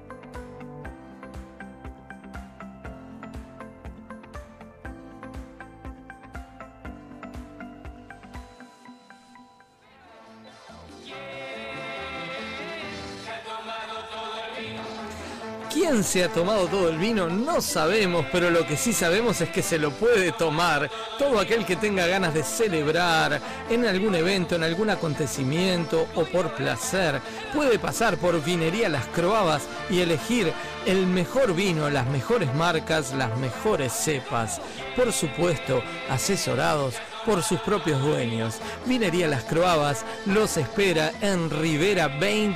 ¿Quién se ha tomado todo el vino? No sabemos, pero lo que sí sabemos es que se lo puede tomar todo aquel que tenga ganas de celebrar en algún evento, en algún acontecimiento o por placer. Puede pasar por Vinería Las Croabas y elegir el mejor vino, las mejores marcas, las mejores cepas. Por supuesto, asesorados por sus propios dueños. Vinería Las Croabas los espera en Rivera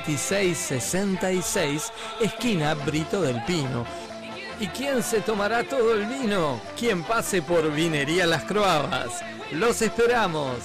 2666, esquina Brito del Pino. ¿Y quién se tomará todo el vino? Quien pase por Vinería Las Croabas. ¡Los esperamos!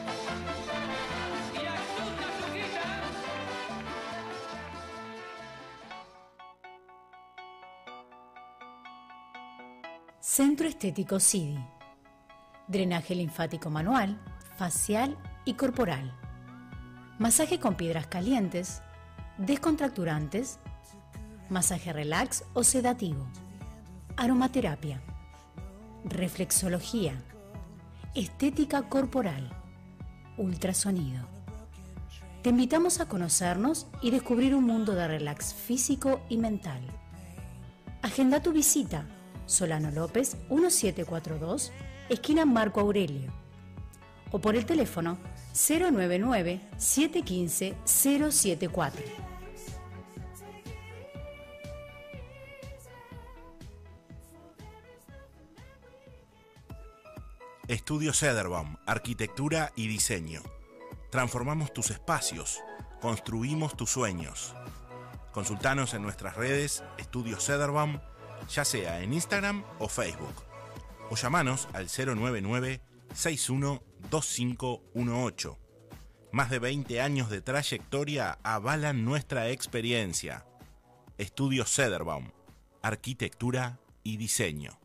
Centro Estético CIDI. Drenaje linfático manual, facial y corporal. Masaje con piedras calientes, descontracturantes, masaje relax o sedativo. Aromaterapia. Reflexología. Estética corporal. Ultrasonido. Te invitamos a conocernos y descubrir un mundo de relax físico y mental. Agenda tu visita. Solano López 1742, esquina Marco Aurelio. O por el teléfono 099-715-074. Estudio Cederbaum, arquitectura y diseño. Transformamos tus espacios, construimos tus sueños. Consultanos en nuestras redes Estudio Cederbaum, ya sea en Instagram o Facebook. O llamanos al 099-612518. Más de 20 años de trayectoria avalan nuestra experiencia. Estudio Cederbaum, arquitectura y diseño.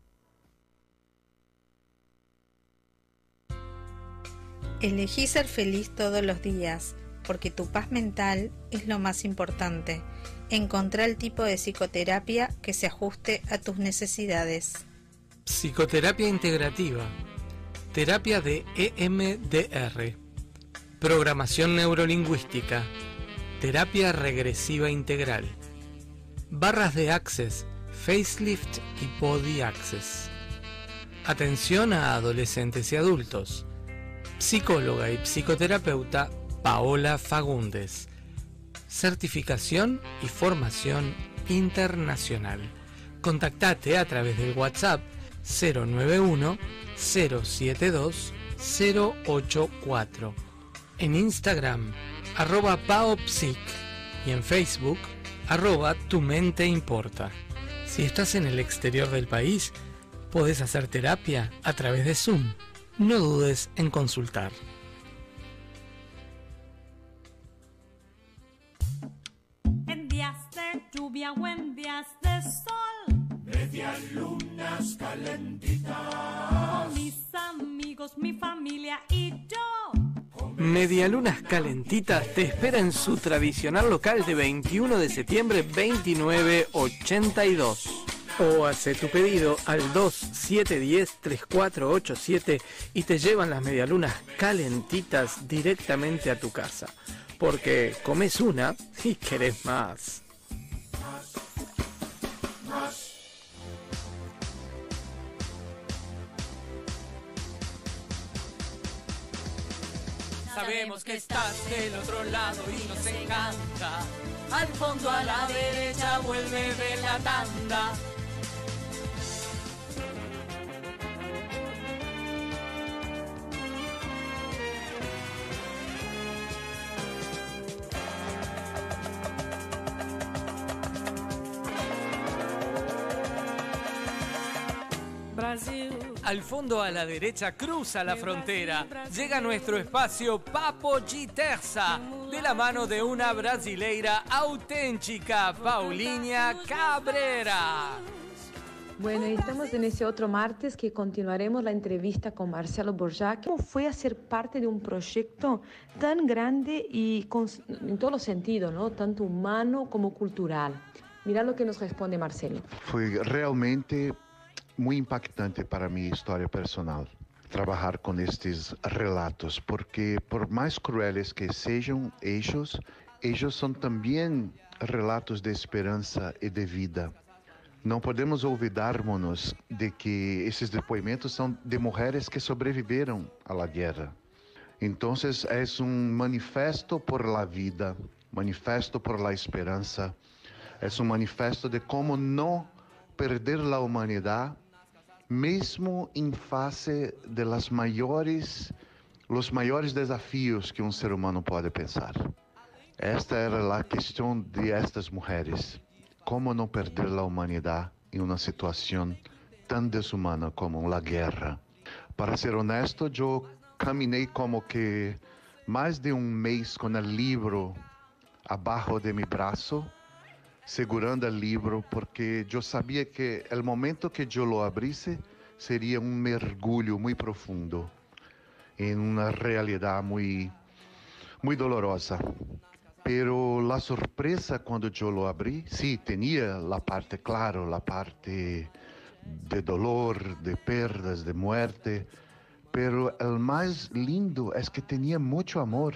Elegí ser feliz todos los días, porque tu paz mental es lo más importante. Encontrá el tipo de psicoterapia que se ajuste a tus necesidades. Psicoterapia integrativa. Terapia de EMDR. Programación neurolingüística. Terapia regresiva integral. Barras de Access, Facelift y Body Access. Atención a adolescentes y adultos. Psicóloga y psicoterapeuta Paola Fagundes. Certificación y formación internacional. Contactate a través del WhatsApp 091-072-084. En Instagram, @paopsic y en Facebook, @tu mente importa. Si estás en el exterior del país, podés hacer terapia a través de Zoom. No dudes en consultar. En días de lluvia o en días de sol, Medialunas calentitas. con mis amigos, mi familia y yo. Medialunas Calentitas te espera en su tradicional local de 21 de septiembre 2982. O hace tu pedido al 2710-3487 y te llevan las medialunas calentitas directamente a tu casa. Porque comes una y querés más. Sabemos que estás del otro lado y nos encanta. Al fondo a la derecha vuelve de la tanda. Brasil, Al fondo a la derecha cruza la frontera. Llega a nuestro espacio Papo de Terça, de la mano de una brasileira auténtica, Paulinha Cabrera. Bueno, estamos en ese otro martes que continuaremos la entrevista con Marcelo Borja. ¿Cómo fue hacer parte de un proyecto tan grande y en todos los sentidos, ¿no? Tanto humano como cultural? Mira lo que nos responde Marcelo. Foi realmente muito impactante para minha história personal trabalhar com estes relatos, porque por mais crueles que sejam eles são também relatos de esperança e de vida. Não podemos olvidarmos de que esses depoimentos são de mulheres que sobreviveram à guerra. Então, é manifesto por la vida, manifesto por la esperança, é manifesto de como não perder a humanidade, mesmo em face de los maiores desafios que ser humano pode pensar. Esta era a questão de estas mulheres. Como não perder a humanidade em uma situação tão desumana como a guerra? Para ser honesto, eu caminhei como que mais de mês com o livro abaixo de meu braço, segurando o livro, porque eu sabia que o momento que eu lo abrisse seria mergulho muito profundo em uma realidade muito dolorosa. Pero la sorpresa cuando yo lo abrí, sí, tenía la parte, claro, la parte de dolor, de pérdidas, de muerte, pero el más lindo es que tenía mucho amor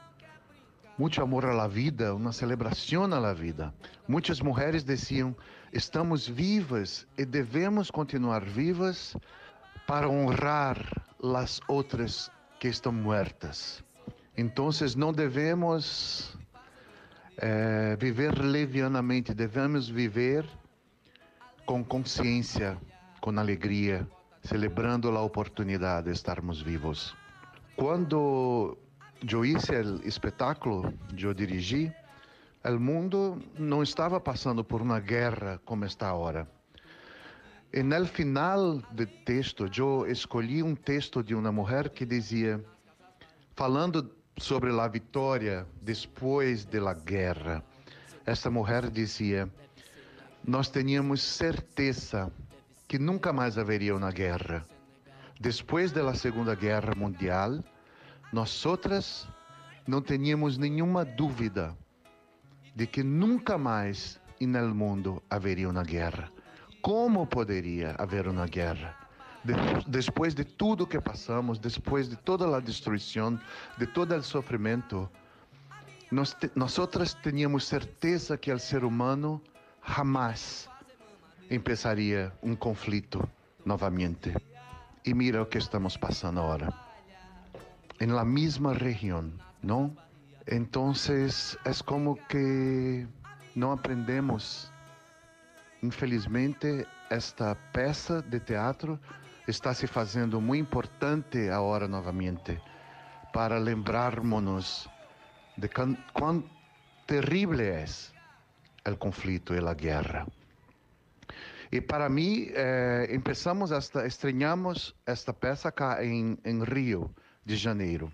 a la vida, una celebración a la vida. Muchas mujeres decían, estamos vivas y debemos continuar vivas para honrar las otras que están muertas. Entonces no debemos viver levianamente, devemos viver com consciência, com alegria, celebrando a oportunidade de estarmos vivos. Quando eu hice o espetáculo, eu dirigi, o mundo não estava passando por uma guerra como está agora. E no final do texto, eu escolhi texto de uma mulher que dizia, falando sobre a vitória depois da guerra. Esta mulher dizia, nós tínhamos certeza que nunca mais haveria uma guerra. Depois da Segunda Guerra Mundial, nós outras não tínhamos nenhuma dúvida de que nunca mais no mundo haveria uma guerra. Como poderia haver uma guerra? Depois de tudo que passamos, depois de toda a destruição, de todo o sofrimento, nós outras tínhamos certeza que o ser humano jamais empezaria conflito novamente. E mira o que estamos passando agora. Em la mesma região, não? Então, é como que não aprendemos. Infelizmente, esta peça de teatro está se fazendo muito importante agora novamente para lembrarmos de quão terrível é o conflito e a guerra. E para mim, estreamos esta peça cá em Rio de Janeiro.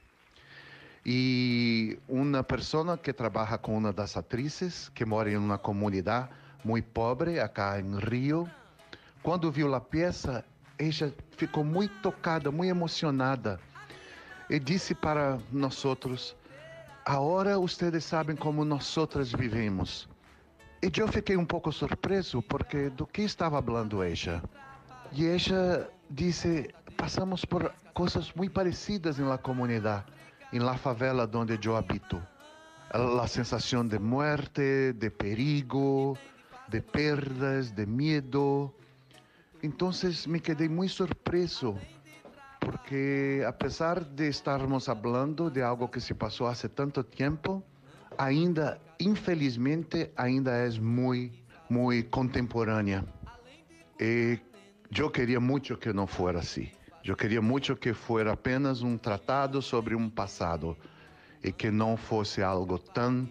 E uma pessoa que trabalha com uma das atrizes, que mora em uma comunidade muito pobre, acá em Rio, quando viu a peça, ela ficou muito tocada, muito emocionada e disse para nós outros, agora vocês sabem como nós outras vivemos. E eu fiquei pouco surpreso porque do que estava falando ela. E ela disse, passamos por coisas muito parecidas na comunidade, na favela onde eu habito. A sensação de muerte, de perigo, de perdas, de medo. Então, me quedei muito surpreso, porque apesar de estarmos falando de algo que se passou há tanto tempo, ainda, infelizmente, ainda é muito contemporânea. E eu queria muito que não fosse assim. Eu queria muito que fosse apenas tratado sobre passado e que não fosse algo tão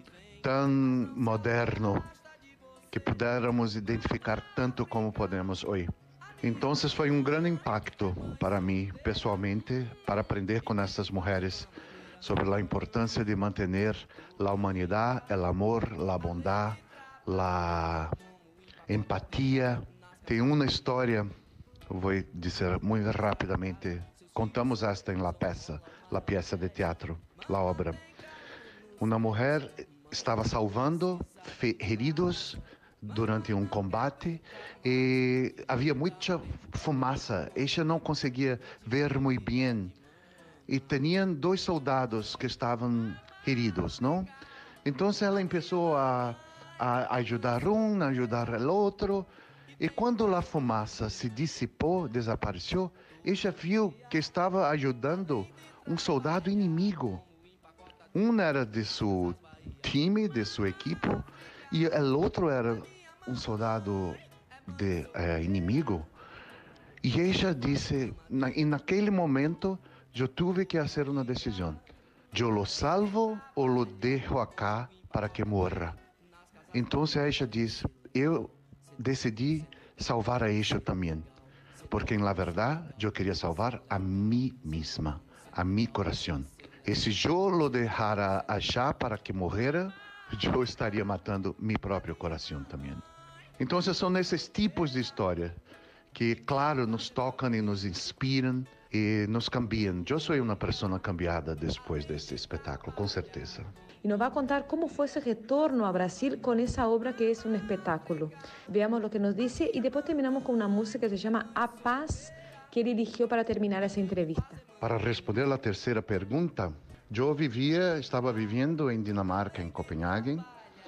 moderno que pudéssemos identificar tanto como podemos hoje. Então foi um grande impacto para mim, pessoalmente, para aprender com essas mulheres sobre a importância de manter a humanidade, o amor, a bondade, a empatia. Tem uma história, vou dizer muito rapidamente, contamos esta em la peça de teatro, la obra. Uma mulher estava salvando feridos durante um combate e havia muita fumaça. Ela não conseguia ver muito bem e tinham 2 soldados que estavam feridos, não? Então ela começou a ajudar a ajudar o outro. E quando a fumaça se dissipou, desapareceu, ela viu que estava ajudando um soldado inimigo. Um era de seu time, de sua equipe, e o outro era um soldado inimigo. E ela disse, naquele momento, eu tive que fazer uma decisão. Eu lo salvo ou lo deixo acá para que morra? Então ela disse, eu decidi salvar a ella também, porque na verdade eu queria salvar a mim mesma, a mi coração. E se eu lo deixara allá para que morrera, eu estaria matando mi próprio coração também. Então são esses tipos de história que, claro, nos tocam e nos inspiram e nos cambiam. Eu sou uma pessoa cambiada depois deste espetáculo, com certeza. Y nos va a contar cómo fue ese retorno a Brasil con esa obra que es un espectáculo. Veamos lo que nos dice y después terminamos con una música que se llama A Paz, que él eligió para terminar esa entrevista. Para responder a terceira pergunta, eu estava vivendo em Dinamarca, em Copenhague,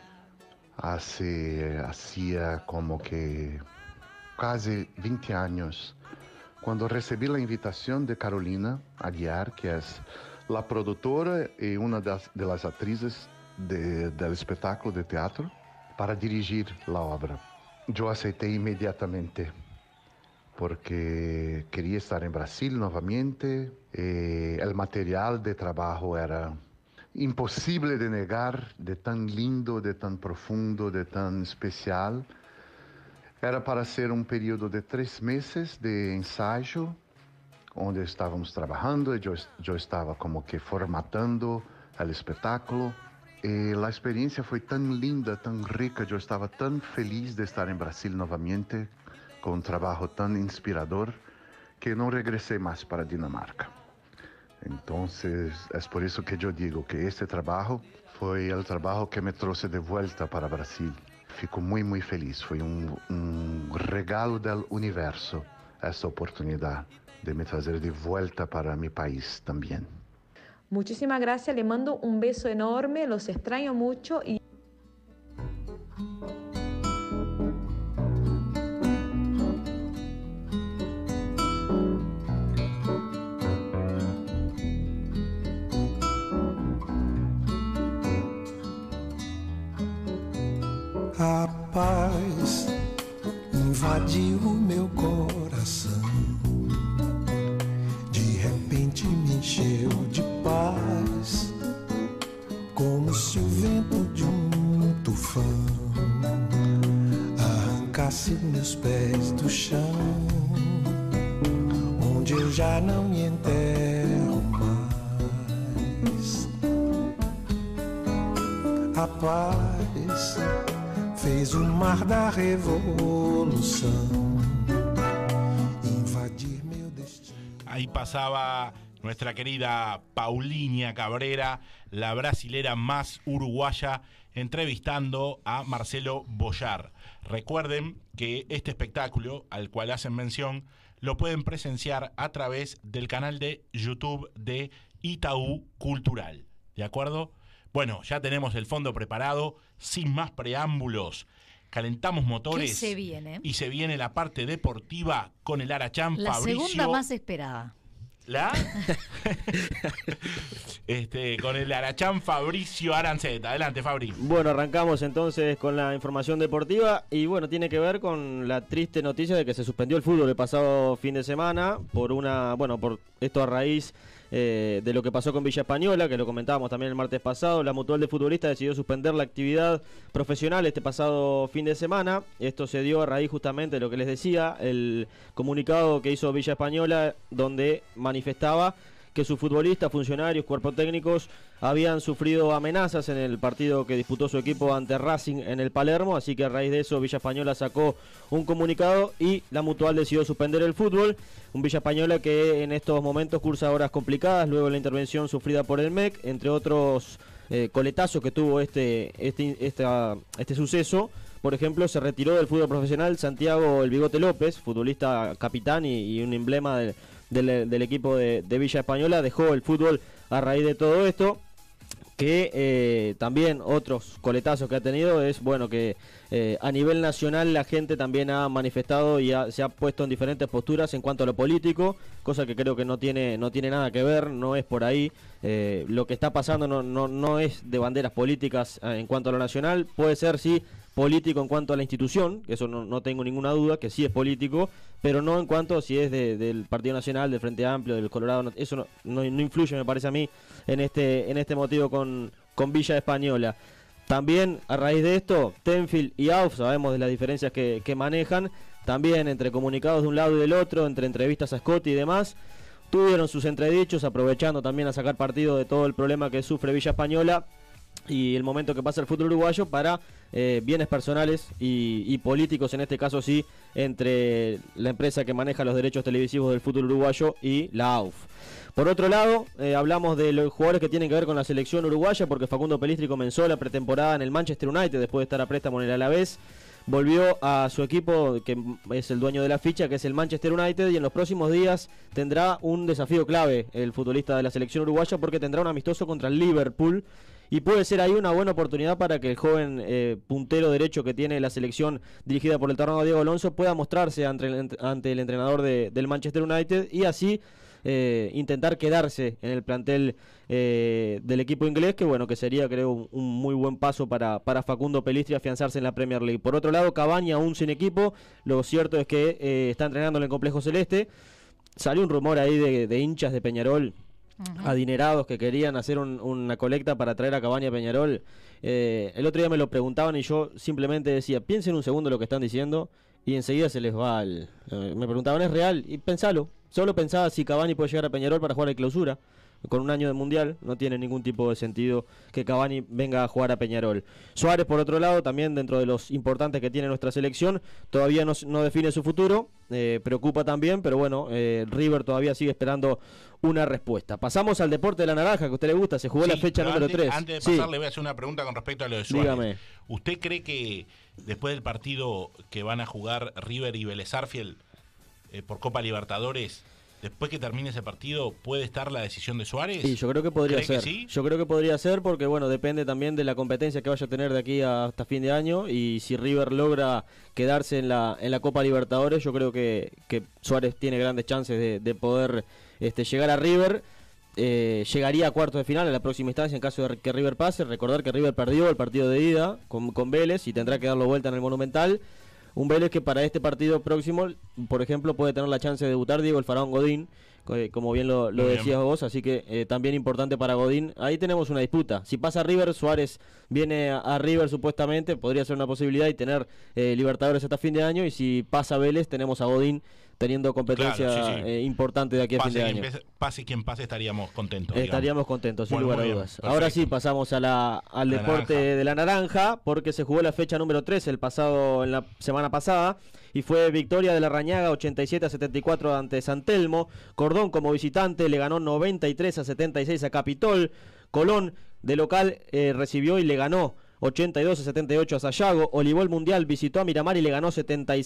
hacía como que quase 20 anos, quando recebi a invitação de Carolina Aguiar, que é a produtora e uma das atrizes do espetáculo de teatro, para dirigir a obra. Eu aceitei imediatamente, porque queria estar em Brasil novamente, e o material de trabalho era impossível de negar, de tão lindo, de tão profundo, de tão especial. Era para ser um período de 3 meses de ensaio, onde estávamos trabalhando, eu estava como que formatando o espetáculo. E a experiência foi tão linda, tão rica, eu estava tão feliz de estar em Brasil novamente, com um trabalho tão inspirador, que não regressei mais para a Dinamarca. Então, é por isso que eu digo que este trabalho foi o trabalho que me trouxe de volta para o Brasil. Fico muito, muito feliz. Foi um regalo do universo, essa oportunidade de me trazer de vuelta para mi país también. Muchísimas gracias, le mando un beso enorme, los extraño mucho y... A paz invadiu o meu coração. De repente me encheu de paz, como se o vento de um tufão arrancasse meus pés do chão, onde eu já não me enterro mais. A paz fez o mar da revolução. Ahí pasaba nuestra querida Paulinha Cabrera, la brasilera más uruguaya, entrevistando a Marcelo Boyar. Recuerden que este espectáculo, al cual hacen mención, lo pueden presenciar a través del canal de YouTube de Itaú Cultural. ¿De acuerdo? Bueno, ya tenemos el fondo preparado, sin más preámbulos. Calentamos motores. ¿Qué se viene? Y se viene la parte deportiva con el Arachán la Fabricio. La segunda más esperada. ¿La? Con el Arachán Fabricio Aranceta. Adelante, Fabri. Bueno, arrancamos entonces con la información deportiva y bueno, tiene que ver con la triste noticia de que se suspendió el fútbol el pasado fin de semana por esto a raíz de lo que pasó con Villa Española, que lo comentábamos también el martes pasado. La Mutual de Futbolistas decidió suspender la actividad profesional este pasado fin de semana. Esto se dio a raíz justamente de lo que les decía, el comunicado que hizo Villa Española, donde manifestaba que sus futbolistas, funcionarios, cuerpos técnicos habían sufrido amenazas en el partido que disputó su equipo ante Racing en el Palermo, así que a raíz de eso Villa Española sacó un comunicado y la Mutual decidió suspender el fútbol. Un Villa Española que en estos momentos cursa horas complicadas luego de la intervención sufrida por el MEC, entre otros coletazos que tuvo este suceso. Por ejemplo, se retiró del fútbol profesional Santiago El Bigote López, futbolista capitán y un emblema del equipo de Villa Española. Dejó el fútbol a raíz de todo esto. Que también otros coletazos que ha tenido es bueno que a nivel nacional la gente también ha manifestado y se ha puesto en diferentes posturas en cuanto a lo político, cosa que creo que no tiene nada que ver, no es por ahí. Lo que está pasando no es de banderas políticas en cuanto a lo nacional, puede ser sí político en cuanto a la institución, que eso no tengo ninguna duda, que sí es político, pero no en cuanto si es del Partido Nacional, del Frente Amplio, del Colorado, eso no influye, me parece a mí, en este motivo con Villa Española. También a raíz de esto, Tenfield y AUF, sabemos de las diferencias que manejan, también entre comunicados de un lado y del otro, entre entrevistas a Scotti y demás, tuvieron sus entredichos, aprovechando también a sacar partido de todo el problema que sufre Villa Española y el momento que pasa el fútbol uruguayo para bienes personales y políticos, en este caso sí, entre la empresa que maneja los derechos televisivos del fútbol uruguayo y la AUF. Por otro lado, hablamos de los jugadores que tienen que ver con la selección uruguaya, porque Facundo Pelistri comenzó la pretemporada en el Manchester United después de estar a préstamo en el Alavés. Volvió a su equipo, que es el dueño de la ficha, que es el Manchester United, y en los próximos días tendrá un desafío clave el futbolista de la selección uruguaya, porque tendrá un amistoso contra el Liverpool. Y puede ser ahí una buena oportunidad para que el joven puntero derecho que tiene la selección dirigida por el terreno Diego Alonso pueda mostrarse ante el entrenador del Manchester United y así intentar quedarse en el plantel del equipo inglés, que bueno, que sería creo un muy buen paso para Facundo Pelistri afianzarse en la Premier League. Por otro lado, Cavani aún sin equipo, lo cierto es que está entrenando en el Complejo Celeste. Salió un rumor ahí de hinchas de Peñarol, adinerados que querían hacer una colecta para traer a Cavani a Peñarol. El otro día me lo preguntaban y yo simplemente decía, piensen un segundo lo que están diciendo y enseguida se les va me preguntaban, ¿es real? Y pensalo, solo pensaba si Cavani puede llegar a Peñarol para jugar a Clausura. Con un año de mundial no tiene ningún tipo de sentido que Cavani venga a jugar a Peñarol. Suárez, por otro lado, también dentro de los importantes que tiene nuestra selección, todavía no define su futuro, preocupa también, pero bueno, River todavía sigue esperando una respuesta. Pasamos al deporte de la naranja, que a usted le gusta, se jugó la fecha número 3. Antes de pasar, le voy a hacer una pregunta con respecto a lo de Suárez. Dígame. ¿Usted cree que después del partido que van a jugar River y Vélez Sarsfield por Copa Libertadores, después que termine ese partido, ¿puede estar la decisión de Suárez? Sí, yo creo que podría ser. ¿Sí? Yo creo que podría ser porque, bueno, depende también de la competencia que vaya a tener de aquí hasta fin de año. Y si River logra quedarse en la Copa Libertadores, yo creo que Suárez tiene grandes chances de poder llegar a River. Llegaría a cuartos de final en la próxima instancia en caso de que River pase. Recordar que River perdió el partido de ida con Vélez y tendrá que darlo vuelta en el Monumental. Un Vélez que para este partido próximo, por ejemplo, puede tener la chance de debutar Diego el Faraón Godín, como bien lo decías vos, así que también importante para Godín. Ahí tenemos una disputa. Si pasa River, Suárez viene a River supuestamente, podría ser una posibilidad y tener Libertadores hasta fin de año, y si pasa Vélez, tenemos a Godín teniendo competencia importante de aquí a fin de año. Pase quien pase, estaríamos contentos. Estaríamos contentos, sin lugar a dudas. Perfecto. Ahora sí, pasamos al deporte de la naranja, porque se jugó la fecha número 3 en la semana pasada, y fue victoria de la Rañaga 87-74 ante San Telmo. Cordón como visitante le ganó 93-76 a Capitol. Colón de local recibió y le ganó 82-78 a Sayago. Olivol Mundial visitó a Miramar y le ganó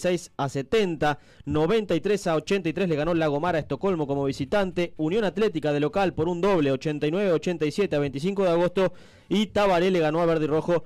76-70. 93-83 le ganó Lagomar a Estocolmo como visitante. Unión Atlética de local por un doble, 89-87 a 25 de agosto. Y Tabaré le ganó a Verde y Rojo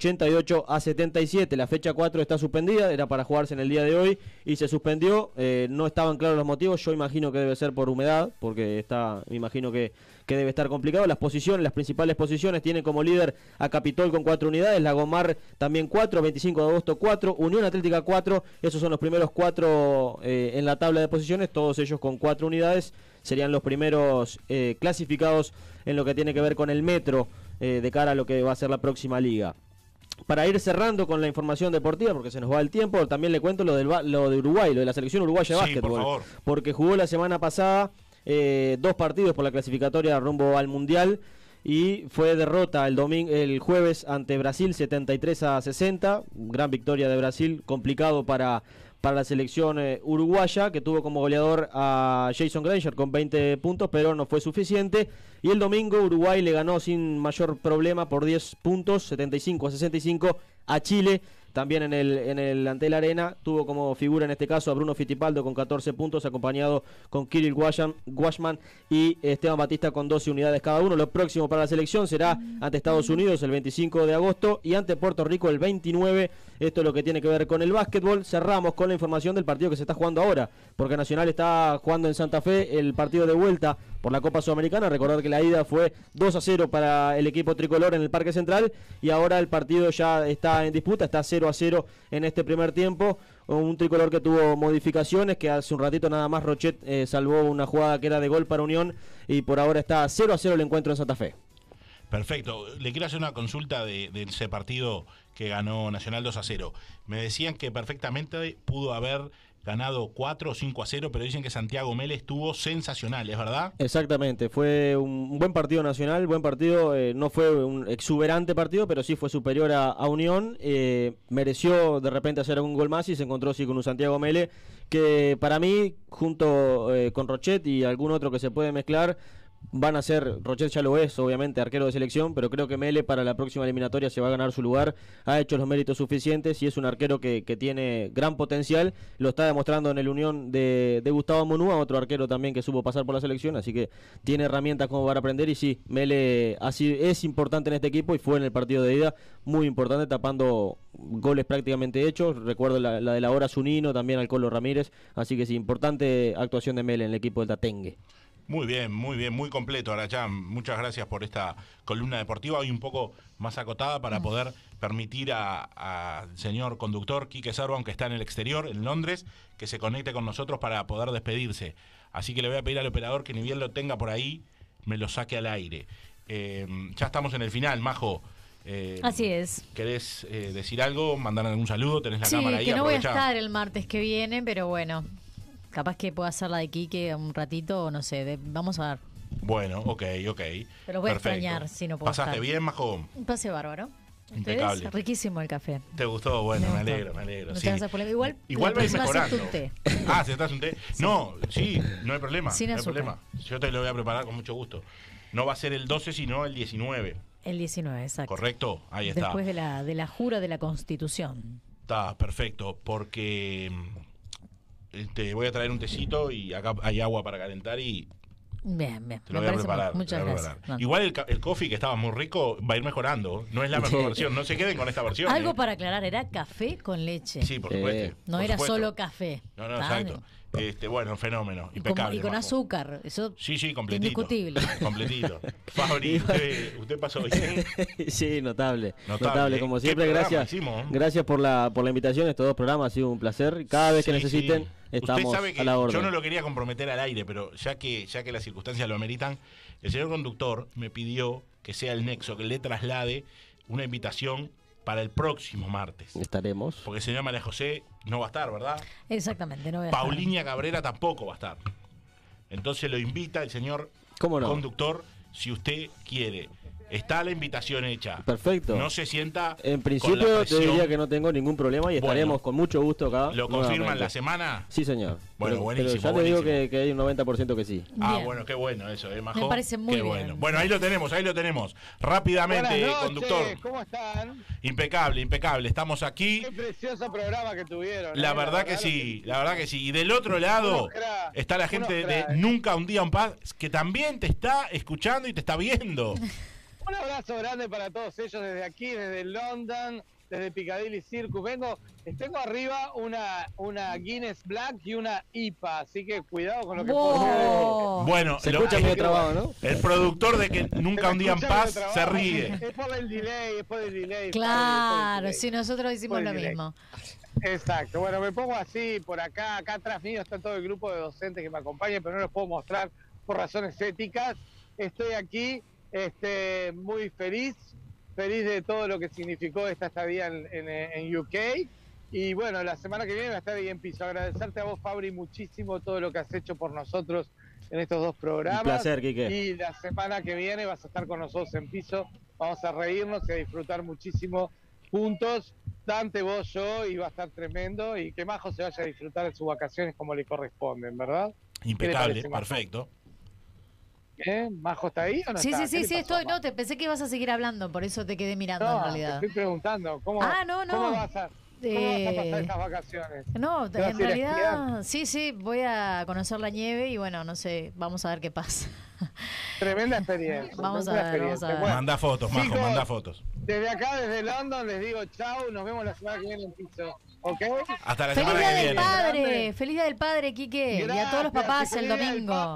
88-77. La fecha 4 está suspendida, era para jugarse en el día de hoy y se suspendió. No estaban claros los motivos, yo imagino que debe ser por humedad, porque me imagino que que debe estar complicado. Las principales posiciones tienen como líder a Capitol con 4 unidades, Lagomar también 4, 25 de agosto 4, Unión Atlética 4, esos son los primeros 4 en la tabla de posiciones, todos ellos con 4 unidades, serían los primeros clasificados en lo que tiene que ver con el metro de cara a lo que va a ser la próxima liga. Para ir cerrando con la información deportiva, porque se nos va el tiempo, también le cuento lo de Uruguay, lo de la selección uruguaya de básquetbol, por favor. Porque jugó la semana pasada 2 partidos por la clasificatoria rumbo al Mundial y fue derrota el jueves ante Brasil 73-60, gran victoria de Brasil, complicado para la selección uruguaya, que tuvo como goleador a Jason Granger con 20 puntos, pero no fue suficiente. Y el domingo Uruguay le ganó sin mayor problema por 10 puntos, 75-65 a Chile. También en el Antel Arena tuvo como figura en este caso a Bruno Fittipaldo con 14 puntos, acompañado con Kirill Washman y Esteban Batista con 12 unidades cada uno. Lo próximo para la selección será ante Estados Unidos el 25 de agosto y ante Puerto Rico el 29. Esto es lo que tiene que ver con el básquetbol. Cerramos con la información del partido que se está jugando ahora, porque Nacional está jugando en Santa Fe el partido de vuelta por la Copa Sudamericana. Recordar que la ida fue 2-0 para el equipo tricolor en el Parque Central y ahora el partido ya está en disputa, está 0-0 en este primer tiempo. Un tricolor que tuvo modificaciones, que hace un ratito nada más Rochet salvó una jugada que era de gol para Unión y por ahora está 0-0 el encuentro en Santa Fe. Perfecto. Le quiero hacer una consulta de ese partido que ganó Nacional 2-0. Me decían que perfectamente pudo haber ganado 4 o 5-0, pero dicen que Santiago Mele estuvo sensacional, ¿es verdad? Exactamente, fue un buen partido Nacional, buen partido, no fue un exuberante partido, pero sí fue superior a Unión, mereció de repente hacer un gol más y se encontró sí con un Santiago Mele, que para mí, junto con Rochet y algún otro que se puede mezclar, van a ser, Rochet ya lo es, obviamente, arquero de selección, pero creo que Mele para la próxima eliminatoria se va a ganar su lugar, ha hecho los méritos suficientes y es un arquero que tiene gran potencial, lo está demostrando en el Unión de Gustavo Monúa, otro arquero también que supo pasar por la selección, así que tiene herramientas como para aprender y sí, Mele así es importante en este equipo y fue en el partido de ida muy importante, tapando goles prácticamente hechos, recuerdo la de la hora Zunino, también al Colo Ramírez, así que sí, importante actuación de Mele en el equipo del Tatengue. Muy bien, muy completo, Arayán. Muchas gracias por esta columna deportiva, hoy un poco más acotada para poder permitir al señor conductor Quique Servan, que está en el exterior, en Londres, que se conecte con nosotros para poder despedirse. Así que le voy a pedir al operador que ni bien lo tenga por ahí, me lo saque al aire. Ya estamos en el final, Majo. Así es. ¿Querés decir algo? ¿Mandar algún saludo? ¿Tenés la cámara ahí? Sí, que no voy a estar el martes que viene, pero bueno... Capaz que pueda hacer la de Quique un ratito, no sé, vamos a ver. Bueno, ok. Pero voy a extrañar si no puedo ¿Pasaste estar. bien, Majo? Pasé bárbaro. Impecable. Riquísimo el café. ¿Te gustó? Bueno, me alegro. No sí. te vas a poner... Igual va a ir mejorando. Un té. Ah, ¿se estás un té? Sí. No, sí, no hay problema. Sin azúcar. No hay problema. Yo te lo voy a preparar con mucho gusto. No va a ser el 12, sino el 19. El 19, exacto. ¿Correcto? Ahí está. Después de la jura de la Constitución. Está perfecto, porque... te voy a traer un tecito y acá hay agua para calentar y bien, te lo voy a preparar. Muchas gracias. Igual el coffee, que estaba muy rico, va a ir mejorando. No es la mejor versión, no se queden con esta versión. Algo para aclarar, era café con leche. Sí, por supuesto. No por era supuesto. solo café. No, exacto. Bueno, fenómeno, impecable. Y con Majo. azúcar, eso sí, completito. Indiscutible. Completito. Fabri, ¿usted pasó bien? Sí, notable, como siempre. Gracias por la invitación. Estos 2 programas ha sido un placer. Cada vez que necesiten, estamos Usted sabe que a la orden. yo no lo quería comprometer al aire, pero ya que las circunstancias lo ameritan, el señor conductor me pidió que sea el nexo, que le traslade una invitación para el próximo martes. Estaremos. Porque el señor María José no va a estar, ¿verdad? Exactamente, no voy a estar. Paulinia Cabrera tampoco va a estar. Entonces lo invita el señor conductor, si usted quiere. Está la invitación hecha. Perfecto. No se sienta. En principio te diría que no tengo ningún problema y estaremos con mucho gusto acá. ¿Lo confirman la semana? Sí, señor. Bueno, buenísimo. Pero ya te digo que hay un 90% que sí. Bien. Bueno, qué bueno eso, Majo. Me parece muy qué bien. Bueno. Bueno, ahí lo tenemos. Rápidamente, Buenas noches, conductor. ¿Cómo están? Impecable. Estamos aquí. Qué precioso programa que tuvieron. La verdad que sí. Y del otro lado está la gente de Nunca un Día en Paz, que también te está escuchando y te está viendo. Un abrazo grande para todos ellos desde aquí, desde London. desde Piccadilly Circus. Tengo arriba una Guinness Black y una IPA, así que cuidado con lo que puedo decir. Bueno, se escucha medio trabado, ¿no? El productor de que nunca un día en paz se ríe. Es por el delay, Claro, sí, nosotros hicimos lo mismo. Exacto, bueno, me pongo así por acá atrás mío está todo el grupo de docentes que me acompañan, pero no los puedo mostrar por razones éticas. Estoy aquí muy feliz de todo lo que significó esta estadía en UK. Y bueno, la semana que viene va a estar ahí en piso. Agradecerte a vos, Fabri, muchísimo todo lo que has hecho por nosotros en estos 2 programas. Un placer, Quique. Y la semana que viene vas a estar con nosotros en piso. Vamos a reírnos y a disfrutar muchísimo juntos. Dante, vos, yo, y va a estar tremendo. Y que Majo se vaya a disfrutar de sus vacaciones como le corresponden, ¿verdad? Impecable, perfecto. ¿Majo está ahí o no está? Sí, estoy. No, te pensé que ibas a seguir hablando, por eso te quedé mirando en realidad. Te estoy preguntando, ¿cómo vas a pasar estas vacaciones? No, en realidad, sí, voy a conocer la nieve y bueno, no sé, vamos a ver qué pasa. Tremenda experiencia. Vamos a ver. Bueno, manda fotos, Majo, chicos, manda fotos. Desde acá, desde London, les digo chau, nos vemos la semana que viene en piso. ¿Ok? Hasta la semana que viene. Feliz Día del Padre, Quique. Y a todos los papás el domingo.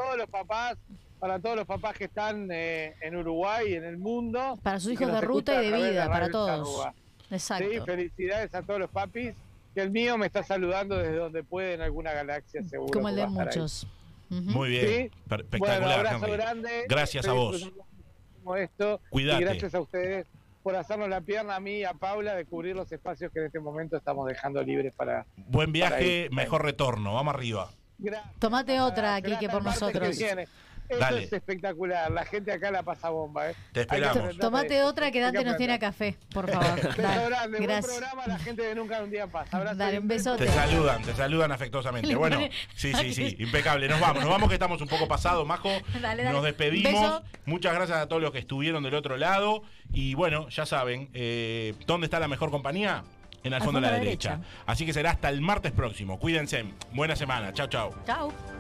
Para todos los papás que están en Uruguay y en el mundo. Para sus hijos de ruta y de vida, para todos. Exacto. Sí, felicidades a todos los papis. Que el mío me está saludando desde donde puede en alguna galaxia, seguro. Como el de muchos. Muy bien, ¿Sí? espectacular. Bueno, abrazo Henry. grande. Gracias a vos. Cuídate. Y gracias a ustedes por hacernos la pierna a mí y a Paula de cubrir los espacios que en este momento estamos dejando libres para... Buen viaje, mejor retorno. Vamos arriba. Gracias. Tomate otra, Quique, por nosotros. Eso Dale. es espectacular, la gente acá la pasa bomba. Te esperamos. Tomate otra que Dante nos tiene a café, por favor. Beso grande, buen programa, la gente de Nunca un Día en Paz. Abrazo. Dale, un besote. Te saludan afectuosamente. Bueno, sí, impecable. Nos vamos que estamos un poco pasados, Majo. Dale. Nos despedimos. Beso. Muchas gracias a todos los que estuvieron del otro lado. Y bueno, ya saben, ¿dónde está la mejor compañía? En el fondo a la derecha. Así que será hasta el martes próximo. Cuídense. Buena semana. Chau, chau. Chau.